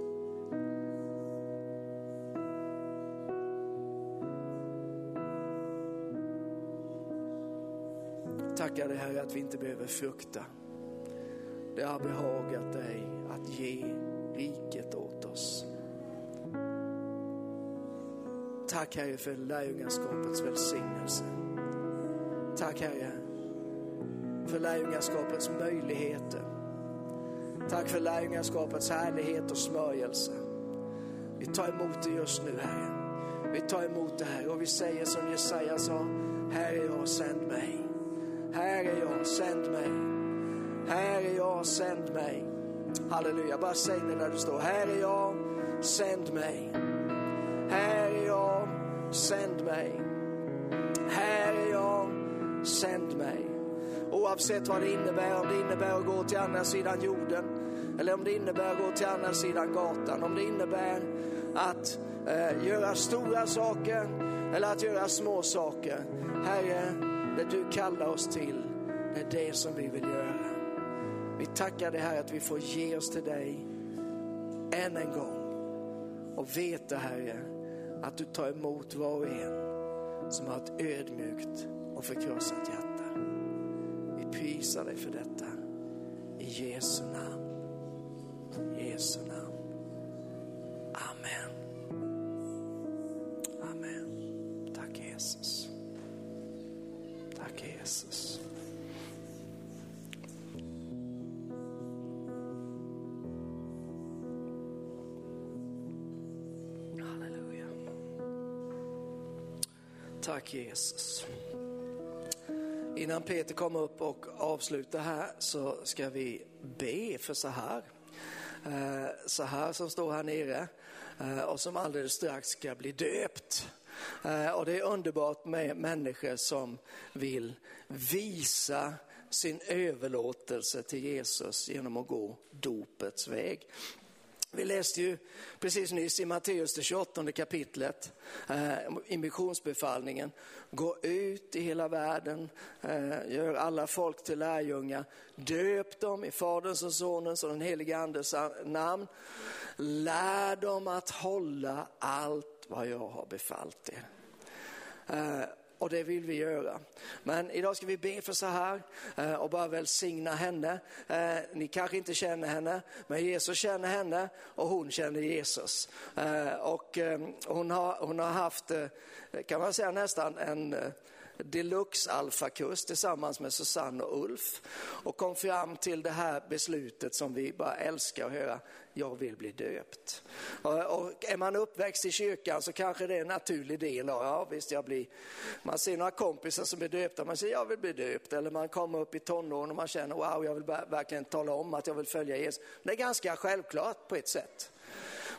Tackar dig Herre att vi inte behöver frukta. Det har behagat dig att ge riket åt oss. Tack Herre för lärjungaskapets välsignelse. Tack Herre för lärjungaskapets möjligheter. Tack för lärjungaskapets härlighet och smörjelse. Vi tar emot det just nu Herre. Vi tar emot det här och vi säger som Jesaja sa: här är jag, sänd mig. Här är jag, sänd mig. Här är jag, sänd mig. Halleluja, bara säg det där du står. Här är jag, sänd mig. Här är jag, sänd mig. Här är jag, sänd mig. Oavsett vad det innebär, om det innebär att gå till andra sidan jorden eller om det innebär att gå till andra sidan gatan, om det innebär att göra stora saker eller att göra små saker. Herre, det du kallar oss till, det är det som vi vill göra. Vi tackar dig Herre att vi får ge oss till dig än en gång och veta Herre att du tar emot var och en som har ett ödmjukt och förkrossat hjärta. Vi prisar dig för detta i Jesu namn. Jesu namn. Amen. Amen. Tack Jesus. Tack Jesus. Halleluja. Tack Jesus. Innan Peter kommer upp och avslutar här så ska vi be för så här som står här nere och som alldeles strax ska bli döpt. Och det är underbart med människor som vill visa sin överlåtelse till Jesus genom att gå dopets väg. Vi läste ju precis nyss i Matteus det 28 kapitlet i missionsbefallningen. Gå ut i hela världen, gör alla folk till lärjungar, döp dem i Faderns och Sonens och den helige Andes namn. Lär dem att hålla allt vad jag har befallt er. Och det vill vi göra. Men idag ska vi be för så här och bara välsigna henne. Ni kanske inte känner henne, men Jesus känner henne och hon känner Jesus. Och hon har haft, kan man säga, nästan en deluxe alfakurs tillsammans med Susanne och Ulf och kom fram till det här beslutet som vi bara älskar att höra: jag vill bli döpt. Och är man uppväxt i kyrkan så kanske det är en naturlig del av, ja visst man ser några kompisar som blir döpta, man säger jag vill bli döpt, eller man kommer upp i tonåren och man känner wow, jag vill verkligen tala om att jag vill följa Jesus. Det är ganska självklart på ett sätt.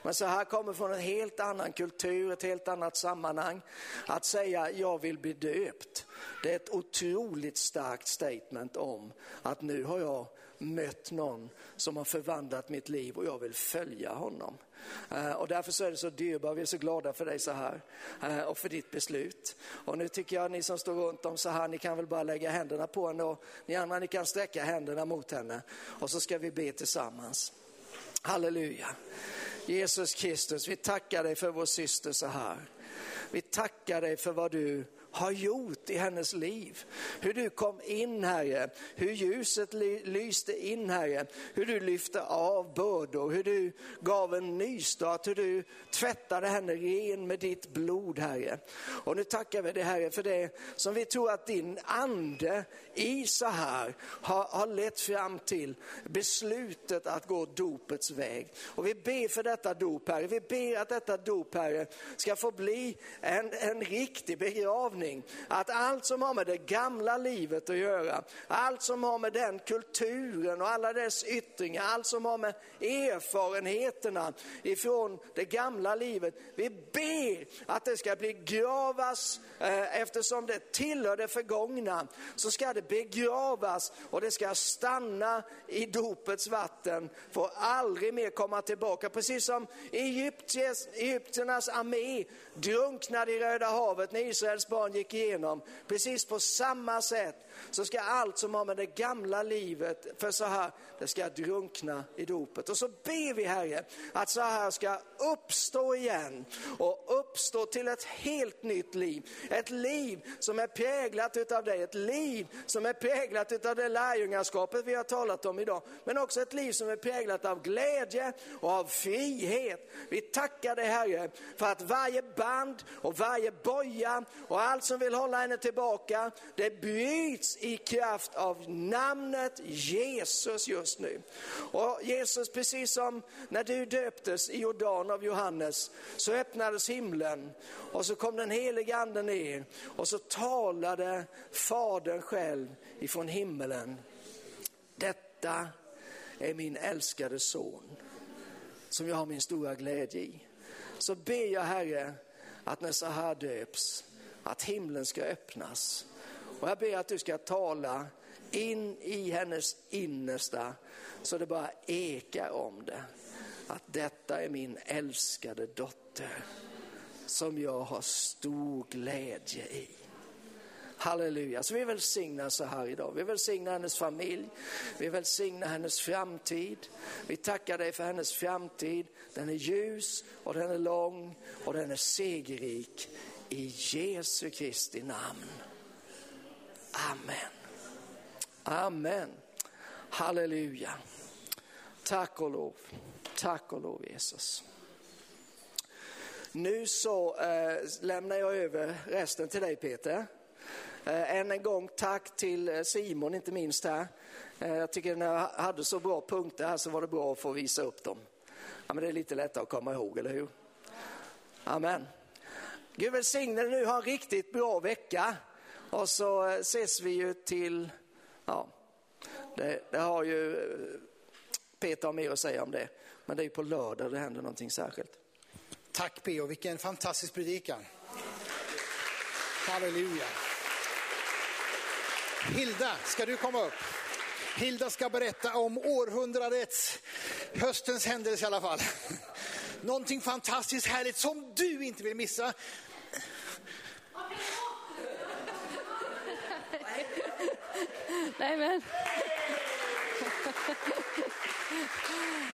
men så här kommer från en helt annan kultur, ett helt annat sammanhang. Att säga jag vill bli döpt, det är ett otroligt starkt statement om att nu har jag mött någon som har förvandlat mitt liv och jag vill följa honom. Och därför så är det så dyrbart. Vi är så glada för dig så här och för ditt beslut. Och nu tycker jag att ni som står runt om så här, ni kan väl bara lägga händerna på henne och ni andra, ni kan sträcka händerna mot henne och så ska vi be tillsammans. Halleluja. Jesus Kristus, vi tackar dig för vår syster så här. Vi tackar dig för vad du har gjort i hennes liv. Hur du kom in, Herre. Hur ljuset lyste in, Herre. Hur du lyfte av bördor. Hur du gav en nystart. Hur du tvättade henne ren med ditt blod, Herre. Och nu tackar vi dig, Herre, för det som vi tror att din ande i så här har lett fram till beslutet att gå dopets väg. Och vi ber för detta dop, Herre. Vi ber att detta dop, Herre, ska få bli en riktig begravning. Att allt som har med det gamla livet att göra, allt som har med den kulturen och alla dess yttringar, allt som har med erfarenheterna ifrån det gamla livet, vi ber att det ska begravas, eftersom det tillhör det förgångna, så ska det begravas och det ska stanna i dopets vatten, får aldrig mer komma tillbaka. Precis som Egypternas armé drunknade i Röda havet när Israels barn gick igenom, precis på samma sätt så ska allt som har med det gamla livet, för så här, det ska drunkna i dopet. Och så ber vi, Herre, att så här ska uppstå igen och uppstå till ett helt nytt liv. Ett liv som är präglat utav dig, ett liv som är präglat utav det lärjungaskapet vi har talat om idag, men också ett liv som är präglat av glädje och av frihet. Vi tackar dig, Herre, för att varje band och varje boja och allt som vill hålla henne tillbaka, det bryts i kraft av namnet Jesus just nu. Och Jesus, precis som när du döptes i Jordan av Johannes, så öppnades himlen och så kom den heliga ande ner och så talade Fadern själv ifrån himmelen. Detta är min älskade son som jag har min stora glädje i. Så ber jag, Herre, att när så här döps, att himlen ska öppnas. Och jag ber att du ska tala in i hennes innersta så det bara ekar om det. Att detta är min älskade dotter som jag har stor glädje i. Halleluja. Så vi välsignar så här idag. Vi välsignar hennes familj. Vi välsignar hennes framtid. Vi tackar dig för hennes framtid. Den är ljus och den är lång och den är segerrik. I Jesu Kristi namn. Amen. Amen. Halleluja. Tack och lov. Tack och lov, Jesus. Nu så lämnar jag över resten till dig, Peter. Än en gång tack till Simon, inte minst här. Jag tycker när jag hade så bra punkter här så var det bra att få visa upp dem. Ja, men det är lite lättare att komma ihåg, eller hur? Amen. Gud välsigne dig nu, ha en riktigt bra vecka. Och så ses vi ju till, ja, det har ju Peter mer att säga om det. Men det är ju på lördag det händer någonting särskilt. Tack P.O. Vilken fantastisk predikan. Halleluja. Hilda, ska du komma upp? Hilda ska berätta om århundradets, höstens händelse i alla fall. Någonting fantastiskt härligt som du inte vill missa. Nej men.